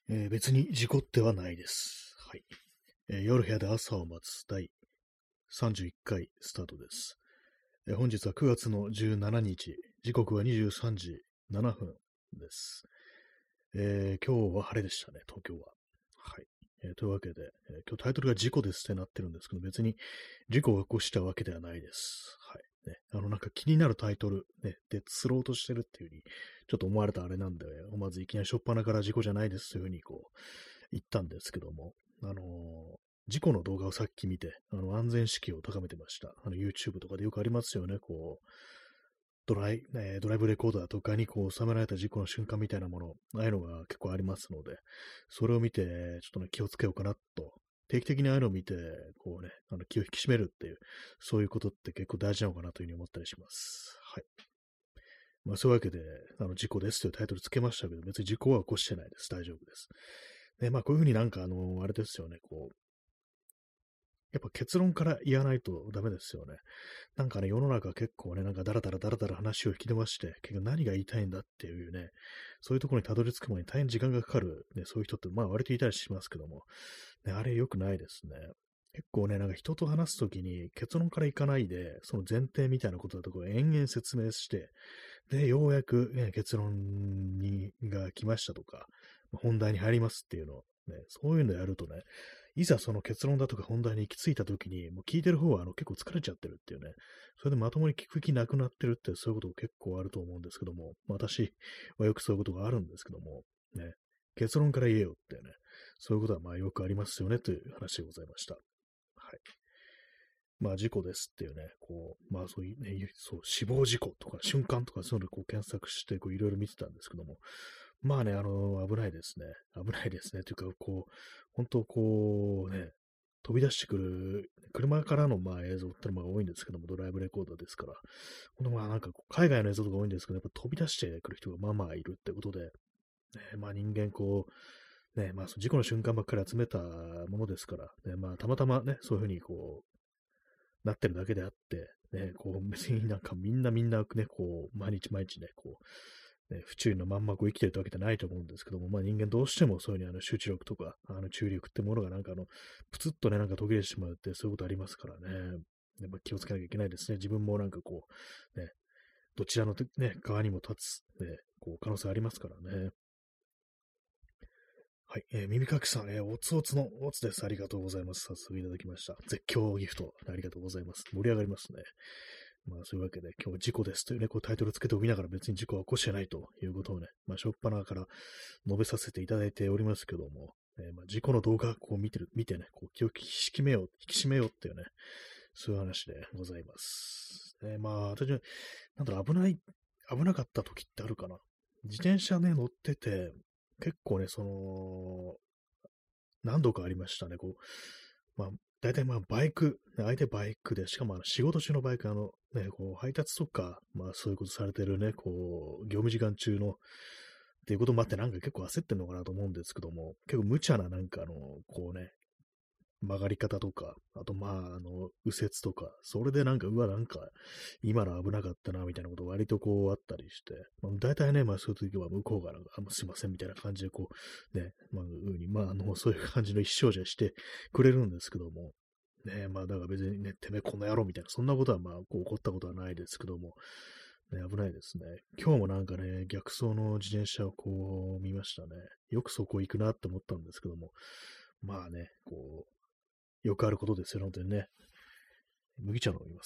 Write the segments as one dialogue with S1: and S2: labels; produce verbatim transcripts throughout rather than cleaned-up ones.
S1: えー別に事故ってはないです。はい。えー夜部屋で朝を待つ第さんじゅういっかいスタートです。えー本日はくがつのじゅうしちにち、時刻はにじゅうさんじななふんです。えー今日は晴れでしたね、東京は。はい。えーというわけで、えー今日タイトルが事故ですってなってるんですけど、別に事故を起こしたわけではないです。はい。ね、あの、なんか気になるタイトル、ね、で、釣ろうとしてるっていう風に、ちょっと思われたあれなんで、まずいきなり初っ端から事故じゃないですというふうに、こう、言ったんですけども、あのー事故の動画をさっき見て、あの、安全意識を高めてました。あの、YouTube とかでよくありますよね、こう、ドライ、えードライブレコーダーとかにこう収められた事故の瞬間みたいなもの、ああいうのが結構ありますので、それを見て、ちょっとね、気をつけようかなと、定期的にああいうのを見て、こうね、あの気を引き締めるっていう、そういうことって結構大事なのかなというふうに思ったりします。はい。まあ、そういうわけで、あの、事故ですというタイトルつけましたけど、別に事故は起こしてないです。大丈夫です。で、まあ、こういうふうになんか、あの、あれですよね、こう、やっぱ結論から言わないとダメですよね。なんかね、世の中結構ね、なんかダラダラダラダラ話を引き出まして、結局何が言いたいんだっていうね、そういうところにたどり着くまでに大変時間がかかる、ね、そういう人って、まあ割といたりしますけども、ね、あれ良くないですね。結構ね、なんか人と話すときに結論からいかないで、その前提みたいなことだとこう延々説明して、で、ようやく、ね、結論にが来ましたとか、本題に入りますっていうのを、ね、そういうのやるとね、いざその結論だとか本題に行き着いたときに、もう聞いてる方はあの結構疲れちゃってるっていうね、それでまともに聞く気なくなってるって、そういうこと結構あると思うんですけども、私はよくそういうことがあるんですけども、ね、結論から言えよってね、そういうことはまあよくありますよねという話でございました。はい。まあ事故ですっていうね、こう、まあそういうね、そう、死亡事故とか瞬間とかそういうのをこう検索してこういろいろ見てたんですけども、まあね、あの、危ないですね。危ないですね。というか、こう、本当こうね、飛び出してくる、車からのまあ映像ってのが多いんですけども、ドライブレコーダーですから、このまあなんかこう海外の映像とか多いんですけど、やっぱ飛び出してくる人がまあまあいるってことで、ね、まあ人間こう、ね、まあその事故の瞬間ばっかり集めたものですから、ね、まあたまたまね、そういうふうにこう、なってるだけであって、ね、こう別になんかみんなみんなね、こう、毎日毎日ね、こう、ね、不注意のまんまこう生きてるってわけじゃないと思うんですけども、まあ人間どうしてもそういうふうにあの集中力とか、あの注意力ってものがなんかあの、プツッとね、なんか途切れてしまうってそういうことありますからね。やっぱ気をつけなきゃいけないですね。自分もなんかこう、ね、どちらのね、側にも立つ、ね、こう可能性ありますからね。はい。えー耳かきさん、えーおつおつのおつです。ありがとうございます。早速いただきました。絶叫ギフト、ありがとうございます。盛り上がりますね。まあ、そういうわけで、今日は事故ですというね、こうタイトルつけておきながら別に事故は起こしてないということをね、まあ、初っ端から述べさせていただいておりますけども、えーまあ、事故の動画こう見てる、見てね、こう気を引き締めよう、引き締めようっていうね、そういう話でございます。えーまあ、私は、なんだろう、危ない、危なかった時ってあるかな。自転車ね、乗ってて、結構ね、その、何度かありましたね。こう、まあ、大体まあバイク、ね相手バイクで、しかもあの仕事中のバイク、あの、ね、こう配達とか、まあそういうことされてるね、こう、業務時間中の、っていうこともあってなんか結構焦ってんのかなと思うんですけども、結構無茶ななんかあの、こうね、曲がり方とか、あとまあ、あの、右折とか、それでなんか、うわ、なんか、今の危なかったな、みたいなこと割とこうあったりして、まあ、大体ね、まあそういう時は向こうがなんか、あ、もうすいません、みたいな感じでこう、ね、まあ、うに、まあ、あの、そういう感じの一生じゃしてくれるんですけども、ね、まあ、だから別にね、てめえこの野郎みたいな、そんなことはまあ、こう起こったことはないですけども、ね、危ないですね。今日もなんかね、逆走の自転車をこう見ましたね。よくそこ行くなって思ったんですけども、まあね、こう、よくあることですよ、本当にね。麦茶を飲みます。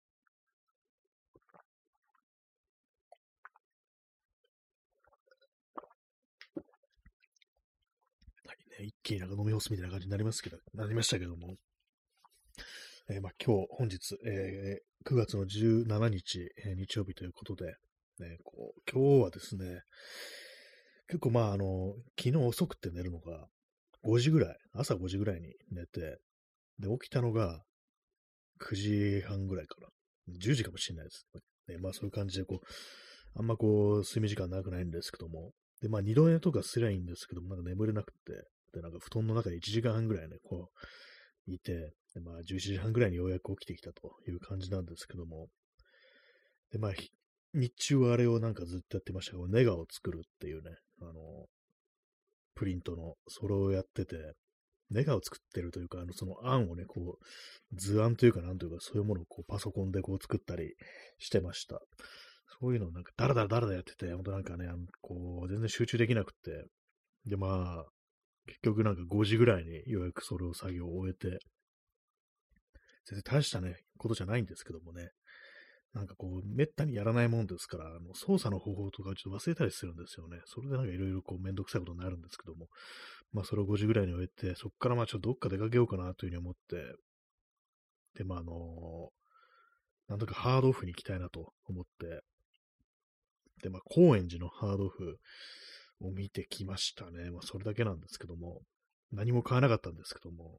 S1: はいね、一気になんか飲み干すみたいな感じになりますけど、なりましたけども、えーまあ、今日、本日、えー、くがつのじゅうしちにち、えー日曜日ということで、ね、こう今日はですね、結構まあ、あの、昨日遅くて寝るのがごじぐらい、朝ごじぐらいに寝て、で、起きたのがくじはんぐらいかな。じゅうじかもしれないです。ね、まあそういう感じで、こう、あんまこう、睡眠時間長くないんですけども、で、まあ二度寝とかすりゃいいんですけども、なんか眠れなくて、で、なんか布団の中でいちじかんはんぐらいね、こう、いて、で、まあじゅういちじはんぐらいにようやく起きてきたという感じなんですけども、で、まあ、ひ日中はあれをなんかずっとやってましたけど、ネガを作るっていうね、あの、 プリントの、それをやってて、ネガを作ってるというか、あの、その案をね、こう、図案というか、なんというか、そういうものをこうパソコンでこう作ったりしてました。そういうのをなんか、だらだらだらだらやってて、ほんとなんかね、あのこう、全然集中できなくって、で、まあ、結局なんかごじぐらいにようやくそれを作業を終えて、全然大したね、ことじゃないんですけどもね、なんかこう、めったにやらないもんですから、あの操作の方法とかちょっと忘れたりするんですよね。それでなんかいろいろこうめんどくさいことになるんですけども、まあそれをごじぐらいに終えて、そこからまあちょっとどっか出かけようかなというふうに思って、で、まああのなんとかハードオフに行きたいなと思って、で、まあ高円寺のハードオフを見てきましたね。まあそれだけなんですけども、何も買わなかったんですけども、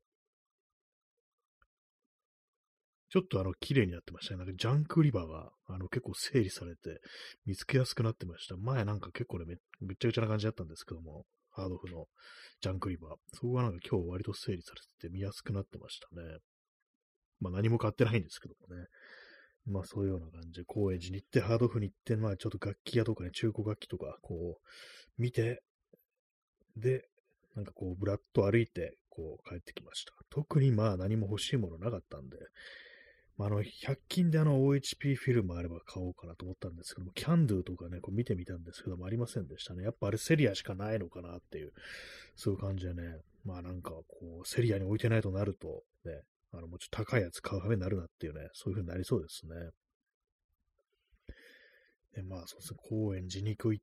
S1: ちょっとあの、綺麗になってましたね。なんかジャンク売り場が、あの、結構整理されて、見つけやすくなってました。前なんか結構ね、めぐっちゃぐちゃな感じだったんですけども、ハードオフのジャンク売り場。そこがなんか今日割と整理されてて見やすくなってましたね。まあ何も買ってないんですけどもね。まあそういうような感じで、高円寺に行って、ハードオフに行って、まあちょっと楽器屋とかね、中古楽器とか、こう、見て、で、なんかこう、ぶらっと歩いて、こう、帰ってきました。特にまあ何も欲しいものなかったんで、まあ、あの、ひゃっ均であの オーエイチピー フィルムあれば買おうかなと思ったんですけども、キャンドゥとかね、こう見てみたんですけども、ありませんでしたね。やっぱあれセリアしかないのかなっていう、そういう感じでね、まあなんかこう、セリアに置いてないとなると、ね、あの、もうちょっと高いやつ買う羽目になるなっていうね、そういう風になりそうですね。で、まあそうですね、高円寺に行って、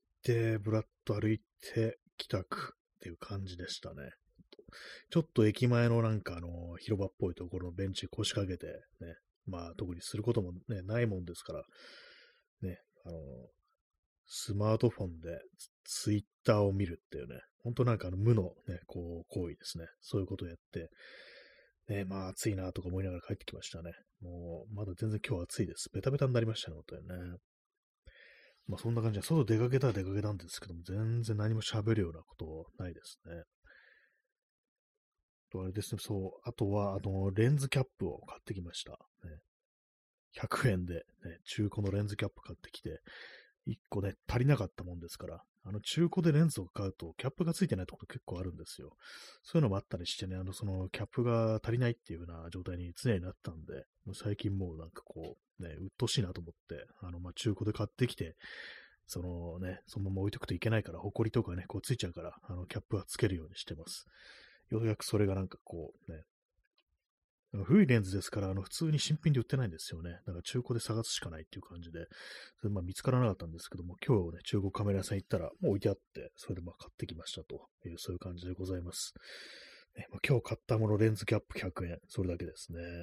S1: ぶらっと歩いて、帰宅っていう感じでしたね。ちょっと駅前のなんかあの、広場っぽいところのベンチ腰掛けて、ね、まあ特にすることもね、ないもんですから、ね、あの、スマートフォンでツイッターを見るっていうね、ほんとなんかあの無のね、こう、行為ですね。そういうことをやって、ね、まあ暑いなとか思いながら帰ってきましたね。もう、まだ全然今日は暑いです。ベタベタになりましたね、本当にね。まあそんな感じで、外出かけたら出かけたんですけども、全然何も喋るようなことないですね。と、あれですね、そう、あとは、あの、レンズキャップを買ってきました。ね、ひゃくえんで、ね、中古のレンズキャップ買ってきて、いっこね、足りなかったもんですから、あの、中古でレンズを買うと、キャップがついてないところ結構あるんですよ。そういうのもあったりしてね、あの、その、キャップが足りないっていうような状態に常になったんで、もう最近もうなんかこう、ね、鬱陶しいなと思って、あの、まあ、中古で買ってきて、そのね、そのまま置いとくといけないから、ホコリとかね、こうついちゃうから、あの、キャップはつけるようにしてます。ようやくそれがなんかこう、ね、古いレンズですから、あの、普通に新品で売ってないんですよね。だから中古で探すしかないっていう感じで、それまあ見つからなかったんですけども、今日ね、中古カメラ屋さん行ったら、もう置いてあって、それでまあ買ってきましたという、そういう感じでございます。ねまあ、今日買ったもの、レンズキャップひゃくえん、それだけですね。はい。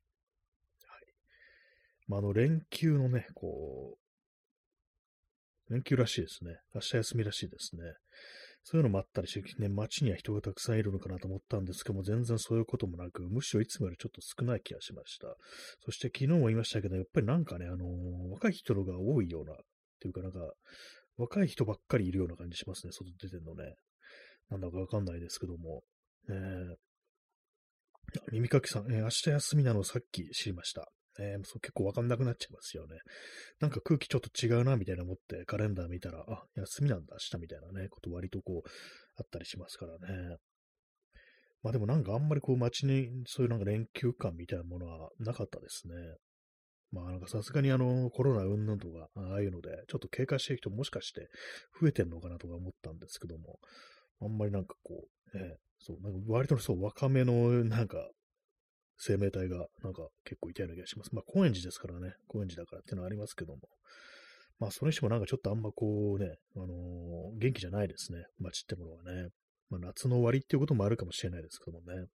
S1: まあ、あの、連休のね、こう、連休らしいですね。明日休みらしいですね。そういうのもあったりして、ね、街には人がたくさんいるのかなと思ったんですけども、全然そういうこともなく、むしろいつもよりちょっと少ない気がしました。そして昨日も言いましたけど、やっぱりなんかね、あのー若い人のが多いような、っていうかなんか、若い人ばっかりいるような感じしますね、外出てんのね。なんだかわかんないですけども。えー、耳かきさん、えー明日休みなのをさっき知りました。えー、そう結構わかんなくなっちゃいますよね。なんか空気ちょっと違うな、みたいな思ってカレンダー見たら、あ、休みなんだ、明日みたいなね、こと割とこう、あったりしますからね。まあでもなんかあんまりこう街にそういうなんか連休感みたいなものはなかったですね。まあなんかさすがにあのコロナ云々とか、ああいうので、ちょっと警戒してる人もしかして増えてんのかなとか思ったんですけども、あんまりなんかこう、ええ、そう、なんか割とそう若めのなんか生命体がなんか結構いたような気がします。まあ高円寺ですからね、高円寺だからっていうのはありますけども、まあそれにしてもなんかちょっとあんまこうね、あのー元気じゃないですね、街ってものはね。まあ夏の終わりっていうこともあるかもしれないですけどもね。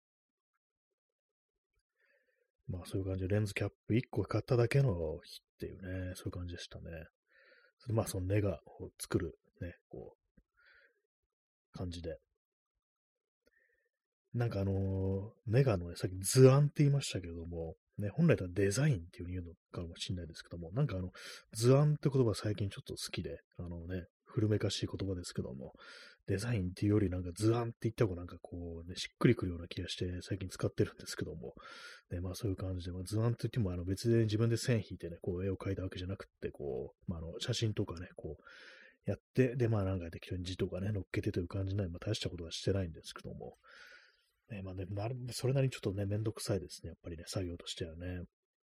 S1: まあそういう感じでレンズキャップいっこ買っただけの日っていうね、そういう感じでしたね。それでまあそのネガを作るね、こう、感じで。なんかあのーネガのね、さっき図案って言いましたけれども、ね、本来だったらデザインっていう風に言うのかもしれないですけども、なんかあの、図案って言葉最近ちょっと好きで、あのね、古めかしい言葉ですけども、デザインっていうよりなんか図案って言った方がなんかこうね、しっくりくるような気がして最近使ってるんですけども、ね、まあそういう感じで、まあ、図案って言ってもあの別で自分で線引いてね、こう絵を描いたわけじゃなくって、こう、まああの写真とかね、こうやって、で、まあなんか適当に字とかね、乗っけてという感じなんで、まあ大したことはしてないんですけども、ね、まあね、なるそれなりにちょっとね、めんどくさいですね。やっぱりね、作業としてはね。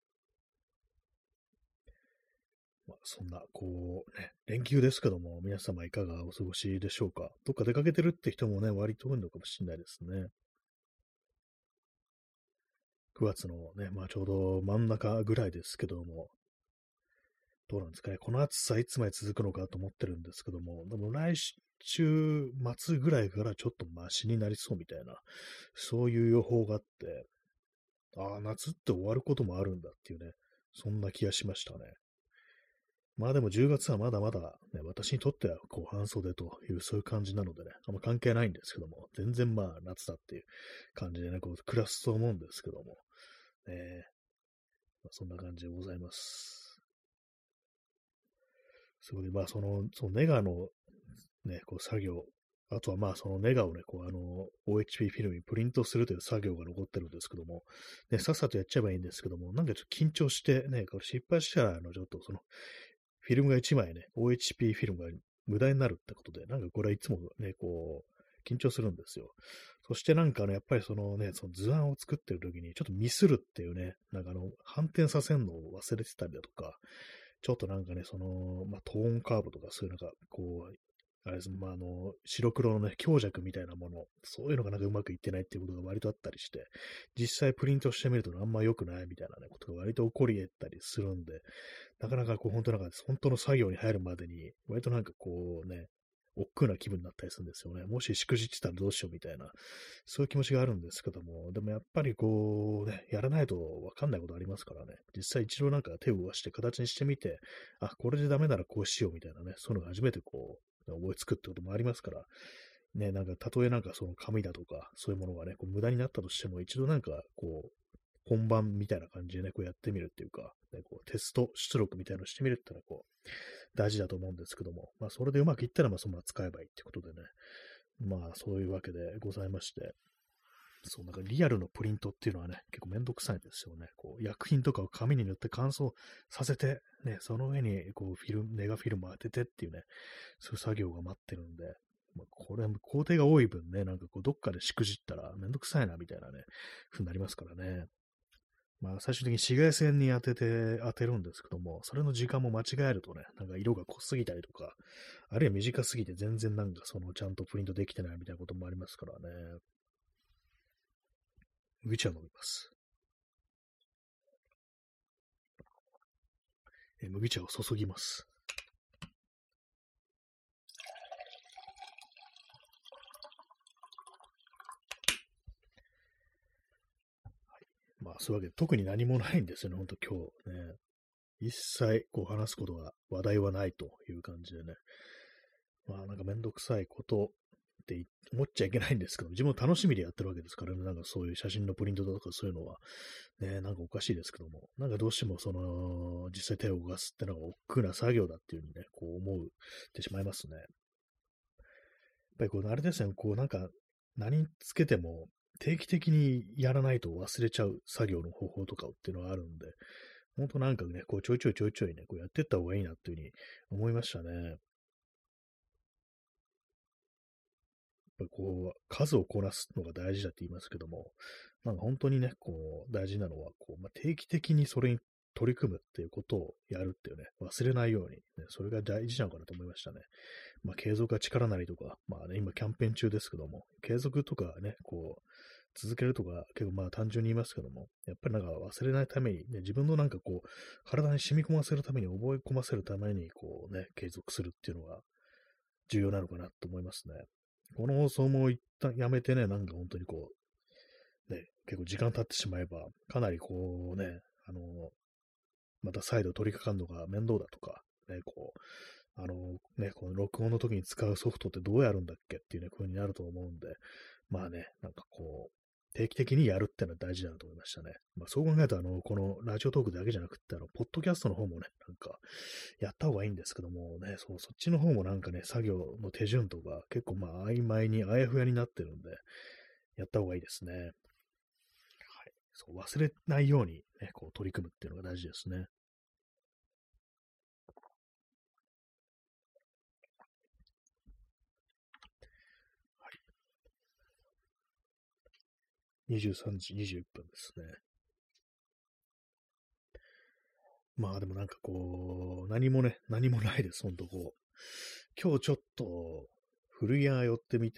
S1: まあ、そんな、こう、ね、連休ですけども、皆様いかがお過ごしでしょうか。どっか出かけてるって人もね、割と多いのかもしれないですね。くがつのね、まあちょうど真ん中ぐらいですけども、どうなんですかね。この暑さいつまで続くのかと思ってるんですけども、でも来週末ぐらいからちょっとマシになりそうみたいな、そういう予報があって、ああ、夏って終わることもあるんだっていうね、そんな気がしましたね。まあでもじゅうがつはまだまだ、ね、私にとってはこう半袖というそういう感じなのでね、あんま関係ないんですけども、全然まあ夏だっていう感じでね、こう暮らすと思うんですけども、ね、まあ、そんな感じでございます。そこでまあその、そのネガのね、こう作業、あとはまあそのネガをね、こうあの オーエイチピー フィルムにプリントするという作業が残ってるんですけども、ね、さっさとやっちゃえばいいんですけども、なんかちょっと緊張してね、これ失敗したらあのちょっとそのフィルムがいちまいね、オーエイチピー フィルムが無駄になるってことで、なんかこれはいつもね、こう、緊張するんですよ。そしてなんかね、やっぱりそのね、その図案を作ってる時にちょっとミスるっていうね、なんかあの、反転させるのを忘れてたりだとか、ちょっとなんかね、その、まあ、トーンカーブとかそういうなんか、こう、あれです、まあ、あの、白黒のね、強弱みたいなもの、そういうのがなんかうまくいってないっていうことが割とあったりして、実際プリントしてみるとあんま良くないみたいなね、ことが割と起こり得たりするんで、なかなかこう、本当なんか、本当の作業に入るまでに、割となんかこうね、億劫な気分になったりするんですよね。もししくじってたらどうしようみたいな、そういう気持ちがあるんですけども、でもやっぱりこうね、やらないとわかんないことありますからね。実際一度なんか手を動かして形にしてみて、あ、これでダメならこうしようみたいなね、そういうのが初めてこう、思いつくってこともありますから、ね、なんかたとえなんかその紙だとか、そういうものがね、こう無駄になったとしても、一度なんかこう、本番みたいな感じでね、こうやってみるっていうか、ね、こうテスト出力みたいなのをしてみるってのはこう、大事だと思うんですけども、まあそれでうまくいったら、まあそのまま使えばいいってことでね、まあそういうわけでございまして、そう、なんかリアルのプリントっていうのはね、結構めんどくさいんですよね。こう、薬品とかを紙に塗って乾燥させて、ね、その上にこうフィルム、ネガフィルムを当ててっていうね、そういう作業が待ってるんで、まあ、これ、工程が多い分ね、なんかこう、どっかでしくじったらめんどくさいな、みたいなね、ふうになりますからね。まあ、最終的に紫外線に当てて、当てるんですけども、それの時間も間違えるとね、なんか色が濃すぎたりとか、あるいは短すぎて全然なんかそのちゃんとプリントできてないみたいなこともありますからね。麦茶飲みます。え麦茶を注ぎます。まあ、そういうわけで、特に何もないんですよね、ほんと今日ね。一切こう話すことは、話題はないという感じでね。まあなんかめんどくさいことって思っちゃいけないんですけど、自分も楽しみでやってるわけですからね、なんかそういう写真のプリントだとかそういうのは、ね、なんかおかしいですけども、なんかどうしてもその、実際手を動かすってのが億劫な作業だっていうふうにね、こう思うってしまいますね。やっぱりこう、あれですね、こうなんか、何つけても定期的にやらないと忘れちゃう作業の方法とかっていうのがあるんで、ほんとなんかね、こうちょいちょいちょいちょいね、こうやってった方がいいなっていうふうに思いましたね。ぱりこう、数をこなすのが大事だって言いますけども、なんか本当にね、こう、大事なのは、こう、まあ、定期的にそれに取り組むっていうことをやるっていうね、忘れないように、ね、それが大事なのかなと思いましたね。まあ、継続は力なりとか、まあね、今キャンペーン中ですけども、継続とかね、こう、続けるとか、結構まあ単純に言いますけども、やっぱりなんか忘れないために、ね、自分のなんかこう、体に染み込ませるために、覚え込ませるために、こうね、継続するっていうのが重要なのかなと思いますね。この放送も一旦やめてね、なんか本当にこう、ね、結構時間経ってしまえば、かなりこうね、あの、また再度取り掛かるのが面倒だとか、ね、こう、あの、ね、この録音の時に使うソフトってどうやるんだっけっていうね、風になると思うんで、まあね、なんかこう、定期的にやるってのは大事だなと思いましたね。まあそう考えると、あの、このラジオトークだけじゃなくって、あの、ポッドキャストの方もね、なんか、やった方がいいんですけどもね、そう、そっちの方もなんかね、作業の手順とか、結構まあ曖昧にあやふやになってるんで、やった方がいいですね。はい。そう、忘れないようにね、こう取り組むっていうのが大事ですね。 にじゅうさんじにじゅういっぷんですね。まあでもなんかこう、何もね、何もないです、ほんとこう。今日ちょっと、古着屋寄ってみて、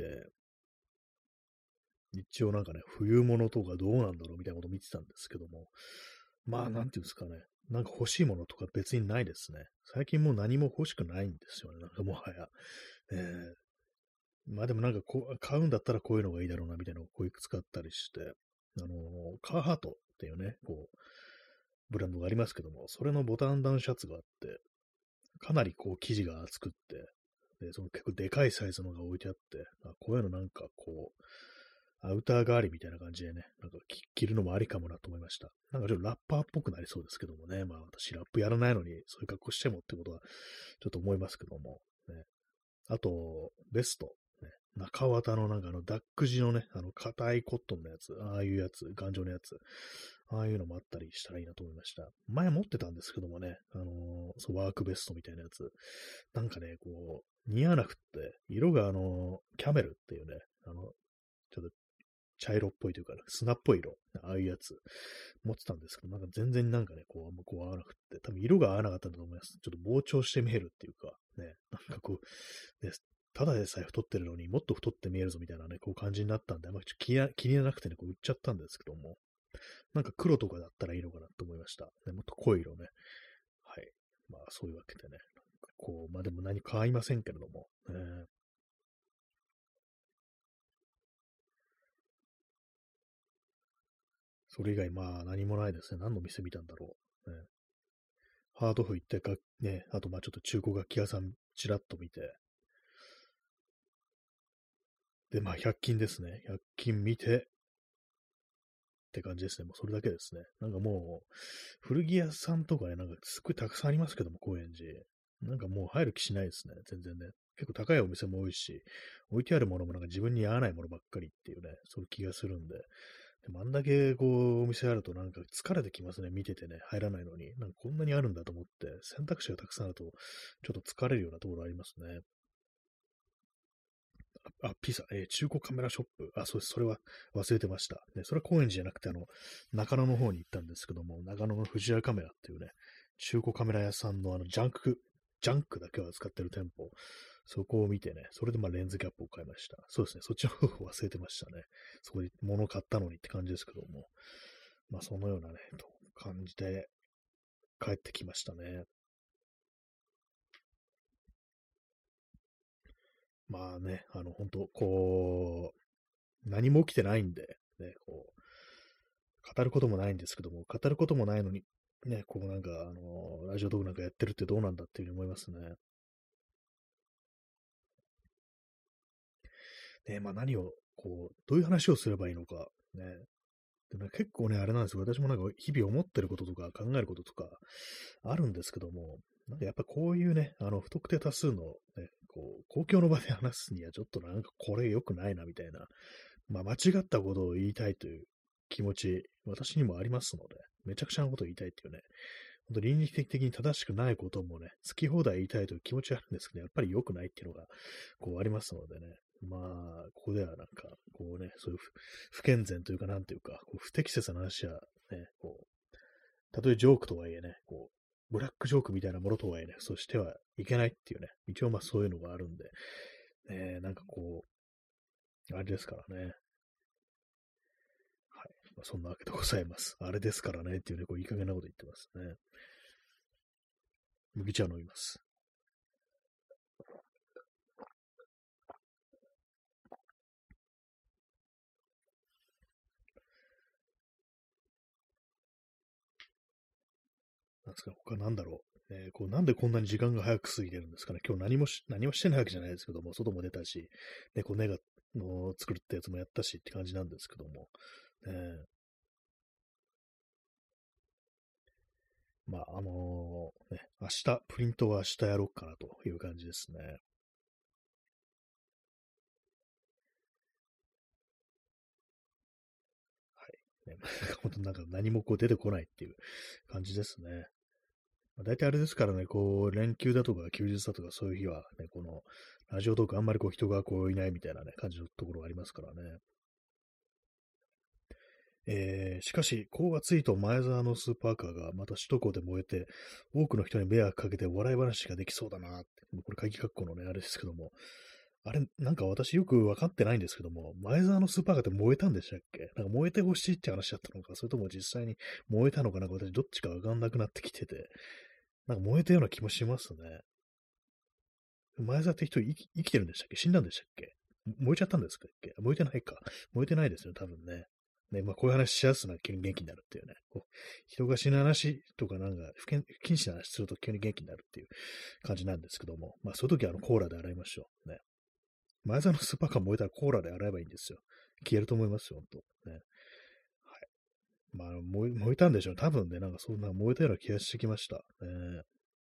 S1: 一応なんかね、冬物とかどうなんだろうみたいなこと見てたんですけども、まあなんていうんですかね、なんか欲しいものとか別にないですね。最近もう何も欲しくないんですよね、なんかもはや。えーまあでもなんかこう、買うんだったらこういうのがいいだろうなみたいなのをこういくつかあったりして、あのーカーハートっていうね、こう、ブランドがありますけども、それのボタンダウンシャツがあって、かなりこう生地が厚くって、で、その結構でかいサイズのが置いてあって、あ、こういうのなんかこう、アウター代わりみたいな感じでね、なんか着るのもありかもなと思いました。なんかちょっとラッパーっぽくなりそうですけどもね、まあ私ラップやらないのにそういう格好してもってことはちょっと思いますけども、ね。あと、ベスト。ね、中綿のなんかあのダック地のね、あの硬いコットンのやつ、ああいうやつ、頑丈なやつ、ああいうのもあったりしたらいいなと思いました。前持ってたんですけどもね、あのーそうワークベストみたいなやつ。なんかね、こう、似合わなくって、色があのーキャメルっていうね、あの、ちょっと茶色っぽいというか、砂っぽい色、ああいうやつ持ってたんですけど、なんか全然なんかね、こう、あんまこう合わなくって、多分色が合わなかったんだと思います。ちょっと膨張して見えるっていうか、ね、なんかこう、ね、ただでさえ太ってるのにもっと太って見えるぞみたいなね、こう感じになったんで、あんまり気に気にならなくてね、こう売っちゃったんですけども、なんか黒とかだったらいいのかなと思いました。ね、もっと濃い色ね。はい。まあそういうわけでね、なんかこう、まあでも何か買いませんけれども、えーそれ以外まあ何もないですね。何の店見たんだろう。ね、ハードオフ行ってか、ね、あとまあちょっと中古楽器屋さんちらっと見て、でまあひゃく均ですね。ひゃく均見てって感じですね。もうそれだけですね。なんかもう、古着屋さんとかね、なんかすっごいたくさんありますけども、高円寺。なんかもう入る気しないですね。全然ね。結構高いお店も多いし、置いてあるものもなんか自分に合わないものばっかりっていうね、そういう気がするんで。でもあんだけこう、お店あるとなんか疲れてきますね。見ててね、入らないのに。なんかこんなにあるんだと思って、選択肢がたくさんあると、ちょっと疲れるようなところありますね。あ、ピザ、えー中古カメラショップ。あ、そうです。それは忘れてました。ね、それは高円寺じゃなくて、あの、中野の方に行ったんですけども、中野の藤屋カメラっていうね、中古カメラ屋さんのあの、ジャンク、ジャンクだけを扱ってる店舗、そこを見てね、それでまあレンズキャップを買いました。そうですね。そっちの方を忘れてましたね。そこで物を買ったのにって感じですけども、まあそのようなね、と感じで帰ってきましたね。まあね、あの、本当こう、何も起きてないんで、ね、こう、語ることもないんですけども、語ることもないのに、ね、こうなんか、あの、ラジオトークなんかやってるってどうなんだっていうふうに思いますね。ね、まあ何を、こう、どういう話をすればいいのか、ね。でね、結構ね、あれなんですよ。私もなんか日々思ってることとか考えることとかあるんですけども、なんかやっぱこういうね、あの、不特定多数のね、こう、公共の場で話すにはちょっとなんかこれ良くないなみたいな、まあ間違ったことを言いたいという気持ち、私にもありますので、めちゃくちゃなことを言いたいっていうね、本当倫理的に正しくないこともね、好き放題言いたいという気持ちはあるんですけど、やっぱり良くないっていうのが、こうありますのでね。まあ、ここではなんか、こうね、そういう不不健全というか、なんていうか、こう不適切な話はね、こう、たとえジョークとはいえね、こう、ブラックジョークみたいなものとはいえね、そうしてはいけないっていうね、一応まあそういうのがあるんで、ね、なんかこう、あれですからね。はい。まあ、そんなわけでございます。あれですからねっていうね、こういい加減なこと言ってますね。麦茶を飲みます。なんですか、他なんだろう。えーこうなんでこんなに時間が早く過ぎてるんですかね。今日何もし、何もしてないわけじゃないですけども、外も出たし、ね、こう根が、の作るってやつもやったしって感じなんですけども、ね、まあ、あのーね、明日、プリントは明日やろうかなという感じですね。はい。ね、本当なんか何もこう出てこないっていう感じですね。まあ、大体あれですからね、こう、連休だとか休日だとかそういう日はね、この、ラジオトークあんまりこう人がこういないみたいなね、感じのところがありますからね。 えーしかし、高圧いと前澤のスーパーカーがまた首都高で燃えて、多くの人に迷惑かけて笑い話ができそうだなって。これ、鍵括弧のね、あれですけども。あれ、なんか私よくわかってないんですけども、前澤のスーパーカーって燃えたんでしたっけ？なんか燃えてほしいって話だったのか、それとも実際に燃えたのかなんか私どっちかわかんなくなってきてて、なんか燃えたような気もしますね。前澤って人生き生きてるんでしたっけ？死んだんでしたっけ？燃えちゃったんですかっけ？燃えてないか。燃えてないですよ、多分ね。ね、まあこういう話しやすいのは急に元気になるっていうね。こう人が死ぬ話とかなんか不謹不謹慎な話すると急に元気になるっていう感じなんですけども、まあそういう時はあのコーラで洗いましょう。ね。前澤のスーパーカー燃えたらコーラで洗えばいいんですよ。消えると思いますよ、ほんと。ね。はい。まあ燃え、燃えたんでしょうね。多分ね、なんかそんな燃えたような気がしてきました。ね。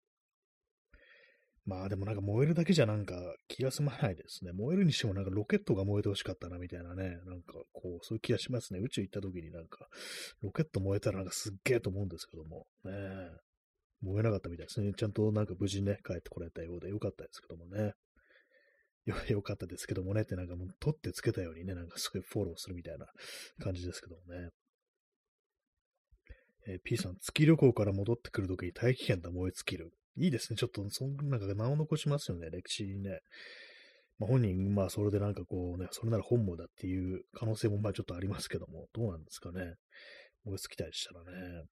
S1: まあでもなんか燃えるだけじゃなんか気が済まないですね。燃えるにしてもなんかロケットが燃えてほしかったなみたいなね。なんかこう、そういう気がしますね。宇宙行った時になんか、ロケット燃えたらなんかすっげえと思うんですけども。ねえ。燃えなかったみたいですね。ちゃんとなんか無事ね、帰ってこられたようでよかったですけどもね。よ、よかったですけどもねってなんかもう取ってつけたようにね、なんかすごいフォローするみたいな感じですけどもね。えー P さん、月旅行から戻ってくるときに大気圏が燃え尽きる。いいですね。ちょっと、そんなんか名を残しますよね、歴史にね。まあ、本人、まあ、それでなんかこうね、それなら本望だっていう可能性もまあちょっとありますけども、どうなんですかね。燃え尽きたりしたらね。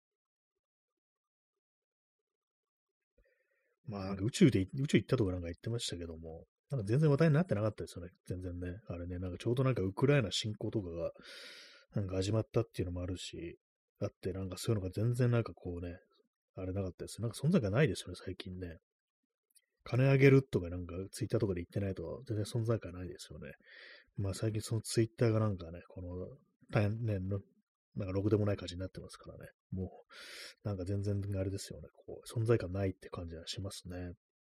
S1: まあ、なんか宇宙で、宇宙行ったとかなんか言ってましたけども、なんか全然話題になってなかったですよね。全然ね。あれね、なんかちょうどなんかウクライナ侵攻とかが、なんか始まったっていうのもあるし、あって、なんかそういうのが全然なんかこうね、あれなかったです。なんか存在がないですよね、最近ね。金あげるとかなんかツイッターとかで言ってないと全然存在感ないですよね。まあ最近そのツイッターがなんかね、この大変ね、のなんかろくでもない感じになってますからね。もう、なんか全然あれですよね。こう、存在感ないって感じはしますね。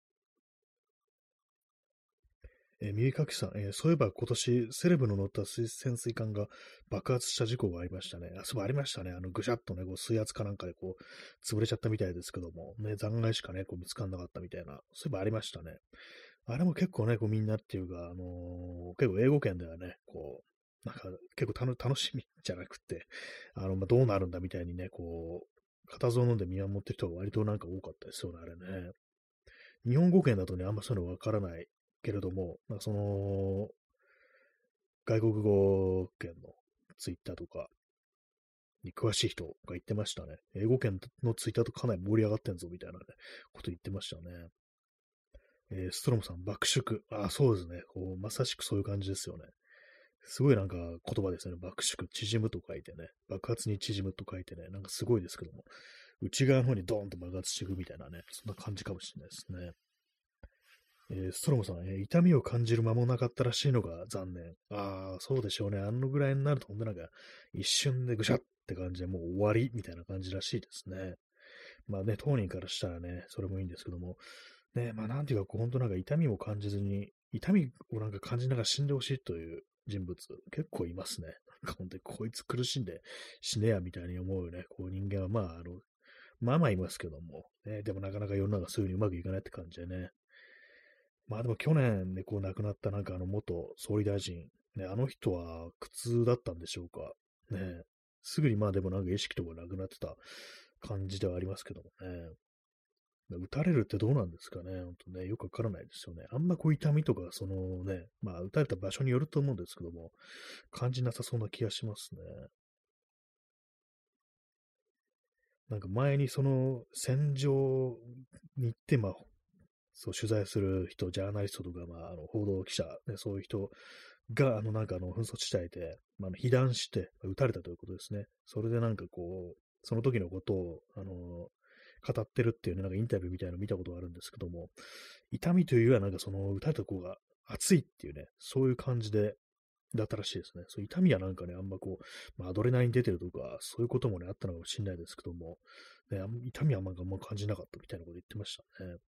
S1: えー、耳かきさん、えーそういえば今年、セレブの乗った水潜水艦が爆発した事故がありましたね。あ、そうありましたね。あの、ぐしゃっとね、こう水圧かなんかでこう、潰れちゃったみたいですけども、ね、残骸しかね、こう見つかんなかったみたいな、そういえばありましたね。あれも結構ね、こうみんなっていうか、あのー結構英語圏ではね、こう、なんか結構たの楽しみじゃなくて、あの、まあ、どうなるんだみたいにね、こう、固唾を飲んで見守ってる人が割となんか多かったですよね、あれね。日本語圏だとね、あんまそういうのわからないけれども、なんかその、外国語圏のツイッターとかに詳しい人が言ってましたね。英語圏のツイッターとかなり盛り上がってんぞみたいなね、こと言ってましたね。えーストロムさん、爆縮。あ、そうですね。こうまさしくそういう感じですよね。すごいなんか言葉ですよね。爆縮、縮むと書いてね。爆発に縮むと書いてね。なんかすごいですけども。内側の方にドーンと爆発していくみたいなね。そんな感じかもしれないですね。えーストロムさん、えー痛みを感じる間もなかったらしいのが残念。ああ、そうでしょうね。あのぐらいになると、ほんとなんか、一瞬でぐしゃって感じでもう終わりみたいな感じらしいですね。まあね、当人からしたらね、それもいいんですけども、ね、まあなんていうか、こう本当なんか痛みも感じずに、痛みをなんか感じながら死んでほしいという人物、結構いますね。なんか本当にこいつ苦しんで死ねやみたいに思うね、こう人間はまあ、あの、まあまあいますけども、ね、でもなかなか世の中そういう風にうまくいかないって感じでね。まあでも去年ね、こう亡くなったなんかあの元総理大臣、ね、あの人は苦痛だったんでしょうか。ね、すぐにまあでもなんか意識とかなくなってた感じではありますけどもね。打たれるってどうなんですかね、本当ね、よくわからないですよね。あんまこう痛みとか、そのね、まあ打たれた場所によると思うんですけども、感じなさそうな気がしますね。なんか前にその戦場に行って、まあ、そう取材する人、ジャーナリストとか、まあ、あの報道記者、ね、そういう人が、あの、なんかあの、紛争地帯で、まあ、あの被弾して、撃たれたということですね。それでなんかこう、その時のことを、あの、語ってるっていうね、なんかインタビューみたいなのを見たことがあるんですけども、痛みというよりは、なんかその、撃たれた子が熱いっていうね、そういう感じで、だったらしいですね。そう痛みはなんかね、あんまこう、まあ、アドレナリン出てるとか、そういうこともね、あったのかもしれないですけども、ね、あん痛みはなんかあんま感じなかったみたいなこと言ってましたね。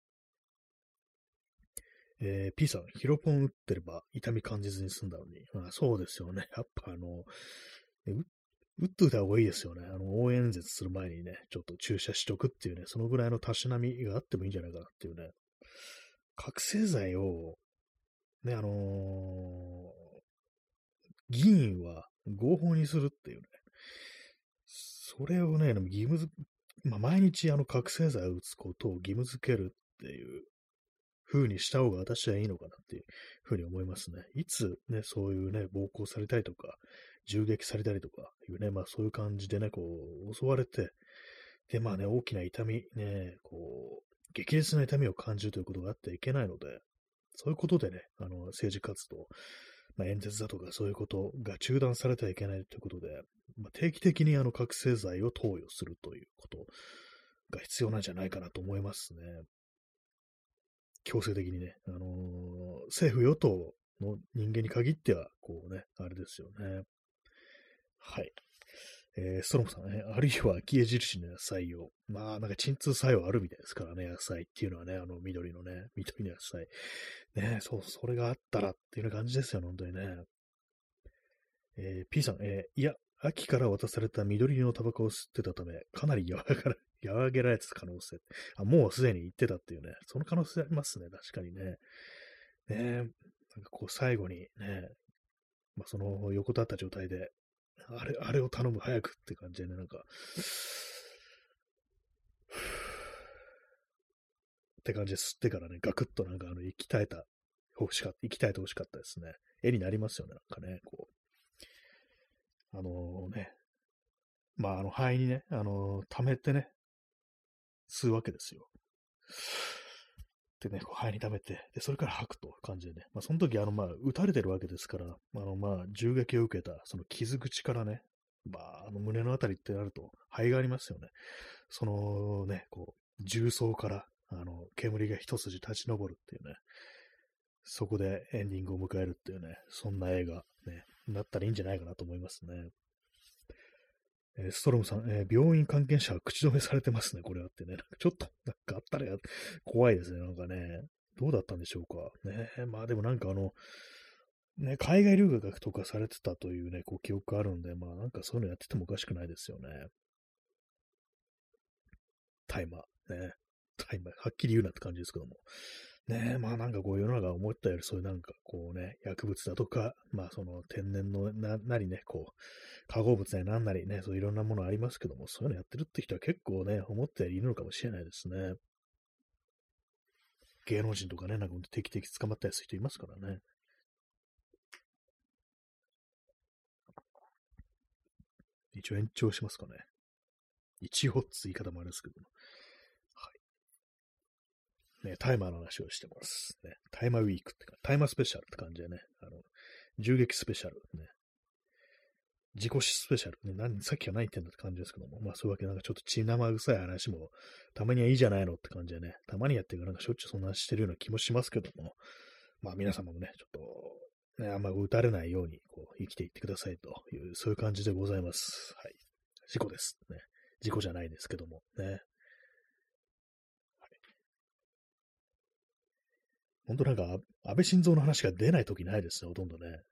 S1: えー、P さん、ヒロポン打ってれば痛み感じずに済んだのに。まあ、そうですよね。やっぱあの、ねう打っといた方がいいですよね。あの、応援演説する前にね、ちょっと注射しとくっていうね、そのぐらいのたしなみがあってもいいんじゃないかなっていうね。覚醒剤を、ね、あのー議員は合法にするっていうね。 それをね、でも義務づ、まあ、毎日あの覚醒剤を打つことを義務づけるっていう風にした方が私はいいのかなっていう風に思いますね。いつね、そういうね、暴行されたりとか、銃撃されたりとかいうね、まあそういう感じでね、こう、襲われて、で、まあね、大きな痛み、ね、こう、激烈な痛みを感じるということがあってはいけないので、そういうことでね、あの、政治活動、まあ、演説だとかそういうことが中断されてはいけないということで、まあ、定期的にあの覚醒剤を投与するということが必要なんじゃないかなと思いますね。強制的にね、あのー政府与党の人間に限っては、こうね、あれですよね。はい。えーストロムさんね、あるいは消え印の野菜を。まあ、なんか鎮痛作用あるみたいですからね、野菜っていうのはね、あの緑のね、緑の野菜。ね、そう、それがあったらっていうような感じですよね、本当にね。えー P さん、えーいや、秋から渡された緑色のタバコを吸ってたため、かなり和ら和らげられてた可能性。あ、もうすでに言ってたっていうね、その可能性ありますね、確かにね。ね、なんかこう最後にね、まあ、その横たった状態で、あれ、あれを頼む、早くって感じでね、なんか、って感じで吸ってからね、ガクッとなんかあの、息絶えた、欲しかった、息絶えて欲しかったですね。絵になりますよね、なんかね、こう。あのね、まあ、あの、肺にね、あのー溜めてね、吸うわけですよ。でね、こう肺に溜めて、で、それから吐くと感じでね、まあ、その時、あの、まあ、撃たれてるわけですから、あの、まあ、銃撃を受けた、その傷口からね、まあ、あの、胸のあたりってなると、肺がありますよね。そのね、こう、重曹から、あの、煙が一筋立ち上るっていうね、そこでエンディングを迎えるっていうね、そんな映画、ね、なったらいいんじゃないかなと思いますね。えーストロムさん、えー病院関係者は口止めされてますね、これはってね。なんかちょっと、なんかあったらや怖いですね、なんかね。どうだったんでしょうか。ね、まあでもなんかあの、ね、海外留学とかされてたというね、こう記憶があるんで、まあなんかそういうのやっててもおかしくないですよね。大麻、ね。大麻、はっきり言うなって感じですけども。ねえ、まあなんかこう世の中思ったよりそういうなんかこうね、薬物だとか、まあその天然のな、なりね、こう、化合物なりなんなりね、そういろんなものありますけども、そういうのやってるって人は結構ね、思ったよりいるのかもしれないですね。芸能人とかね、なんか定期的に捕まったりする人いますからね。一応延長しますかね。一応って言い方もあるんですけども。はい。ね、タイマーの話をしてます。ね、タイマーウィークってか、タイマースペシャルって感じでね、あの、銃撃スペシャル、ね、自己スペシャル、ね、何、さっきは何言ってんだって感じですけども、まあそういうわけなんかちょっと血生臭い話も、たまにはいいじゃないのって感じでね、たまにやってるからなんかしょっちゅうそんな話してるような気もしますけども、まあ皆様もね、ちょっと、ね、あんま撃たれないように、こう、生きていってくださいという、そういう感じでございます。はい。事故です。ね。事故じゃないですけども、ね。本当なんか、安倍晋三の話が出ないときないですね、ほとんどね。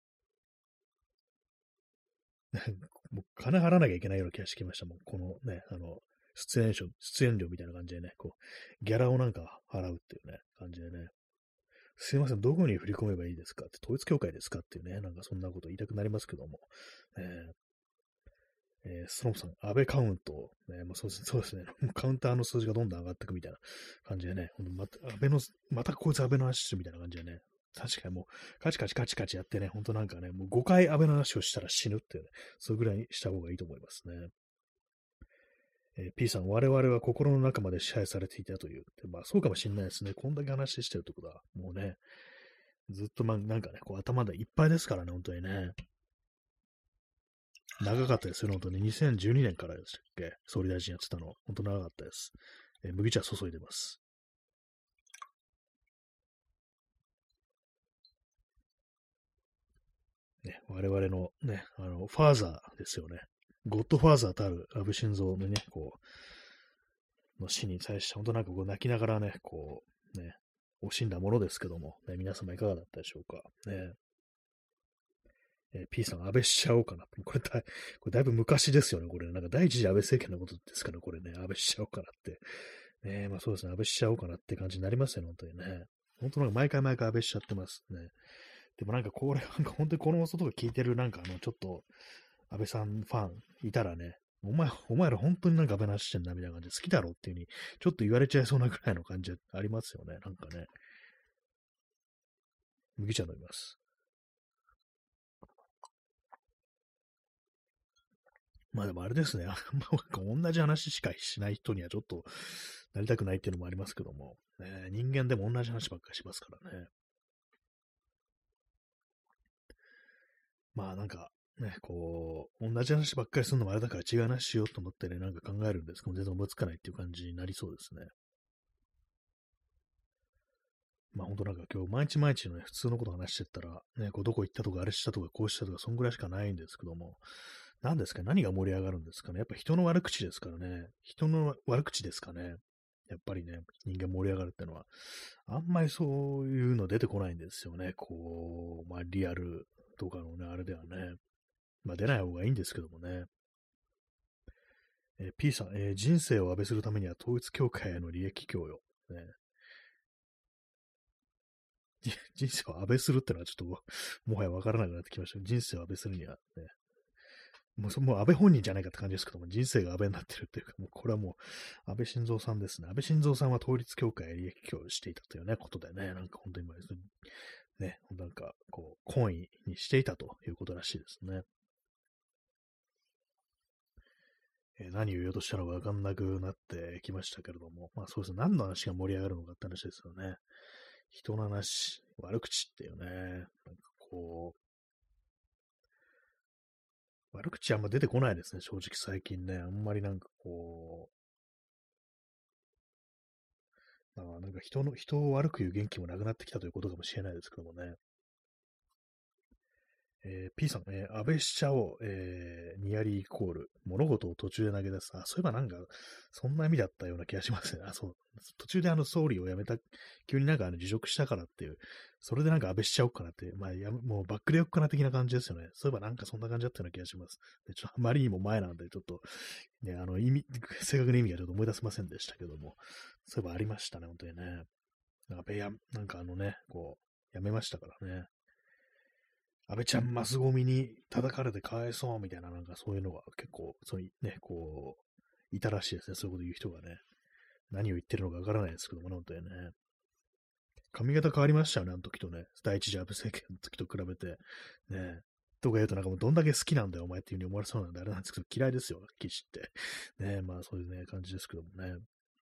S1: もう金払わなきゃいけないような気がしてきましたもん。このね、あの、出演料、出演料みたいな感じでね、こう、ギャラをなんか払うっていうね、感じでね。すいません、どこに振り込めばいいですかって、統一教会ですかっていうね、なんかそんなこと言いたくなりますけども。えーえーストロムさん、安倍カウント、ね、まあ、そうですね、そうですね、カウンターの数字がどんどん上がっていくみたいな感じでね、ほんとまた、安倍の、またこいつ安倍の話するみたいな感じでね、確かにもう、カチカチカチカチやってね、ほんとなんかね、もうごかい安倍の話をしたら死ぬっていうね、そういうぐらいにした方がいいと思いますね。えー P さん、我々は心の中まで支配されていたという。まあ、そうかもしれないですね。こんだけ話してるってことは、もうね、ずっとまあ、なんかね、こう頭でいっぱいですからね、本当にね。長かったですよ、本当に。にせんじゅうにねんからでしたっけ、総理大臣やってたの。本当長かったです。えー麦茶注いでます。ね、我々のね、あの、ファーザーですよね。ゴッドファーザーたる安倍晋三のね、こう、の死に対して、本当なんかこう泣きながらね、こう、ね、惜しんだものですけども、ね、皆様いかがだったでしょうか。ね、えー P さん、安倍しちゃおうかな。これだい、これだいぶ昔ですよね、これ。なんか第一次安倍政権のことですから、これね、安倍しちゃおうかなって。ね、まあそうですね、安倍しちゃおうかなって感じになりますよね、本当にね。本当なんか毎回毎回安倍しちゃってますね。でもなんかこれ、なんか本当にこの音とか聞いてる、なんかあの、ちょっと、 安倍さんファンいたらね、お前、お前ら本当になんか安倍の話してんだみたいな感じで好きだろっていう風に、ちょっと言われちゃいそうなぐらいの感じありますよね。なんかね。麦茶飲みます。まあでもあれですね。あんま同じ話しかしない人にはちょっとなりたくないっていうのもありますけども、ね、人間でも同じ話ばっかりしますからね。まあなんか、ね、こう、同じ話ばっかりするのもあれだから違う話しようと思ってね、なんか考えるんですけど、全然思いつかないっていう感じになりそうですね。まあ本当なんか今日毎日毎日のね、普通のこと話してったら、ね、こうどこ行ったとか、あれしたとか、こうしたとか、そんぐらいしかないんですけども、何ですか、何が盛り上がるんですかね。やっぱ人の悪口ですからね。人の悪口ですかね。やっぱりね、人間盛り上がるってのは、あんまりそういうの出てこないんですよね。こう、まあリアルとかのね、あれではね。まあ出ない方がいいんですけどもね。えー P さん、えー人生を安倍するためには統一教会への利益供与。ね、人生を安倍するってのはちょっとももはやわからなくなってきました。人生を安倍するにはね、もうそもう安倍本人じゃないかって感じですけども、人生が安倍になってるっていうか、もうこれはもう安倍晋三さんですね。安倍晋三さんは統一教会へ利益供与していたというね、ことでね、なんか本当に今、ね、なんかこう、懇意にしていたということらしいですね。えー何を言おうとしたのかわかんなくなってきましたけれども、まあそうですね、何の話が盛り上がるのかって話ですよね。人の話、悪口っていうね、なんかこう、悪口あんま出てこないですね、正直最近ね。あんまりなんかこう、まあなんか人の、人を悪く言う元気もなくなってきたということかもしれないですけどもね。えー P さん、えー安倍しちゃおう、えーニアリーイコール、物事を途中で投げ出す。あ、そういえばなんか、そんな意味だったような気がしますね。あ、そう。途中であの総理を辞めた、急になんかあの辞職したからっていう、それでなんか安倍しちゃおうかなって、まあやめ、もうバックでよっかな的な感じですよね。そういえばなんかそんな感じだったような気がします。でちょっとあまりにも前なんで、ちょっと、ね、あの意味、正確な意味がちょっと思い出せませんでしたけども、そういえばありましたね、本当にね。安倍や、なんかあのね、こう、辞めましたからね。安倍ちゃんマスゴミに叩かれてかわいそうみたいな、なんかそういうのが結構、そういうね、こう、いたらしいですね。そういうこと言う人がね。何を言ってるのかわからないですけどもね、本当にね。髪型変わりましたよね、あの時とね。第一次安倍政権の時と比べて。ね。とか言うとなんかもうどんだけ好きなんだよ、お前っていう風に思われそうなんであれなんですけど、嫌いですよ、騎士って。ね、まあそういうね、感じですけどもね。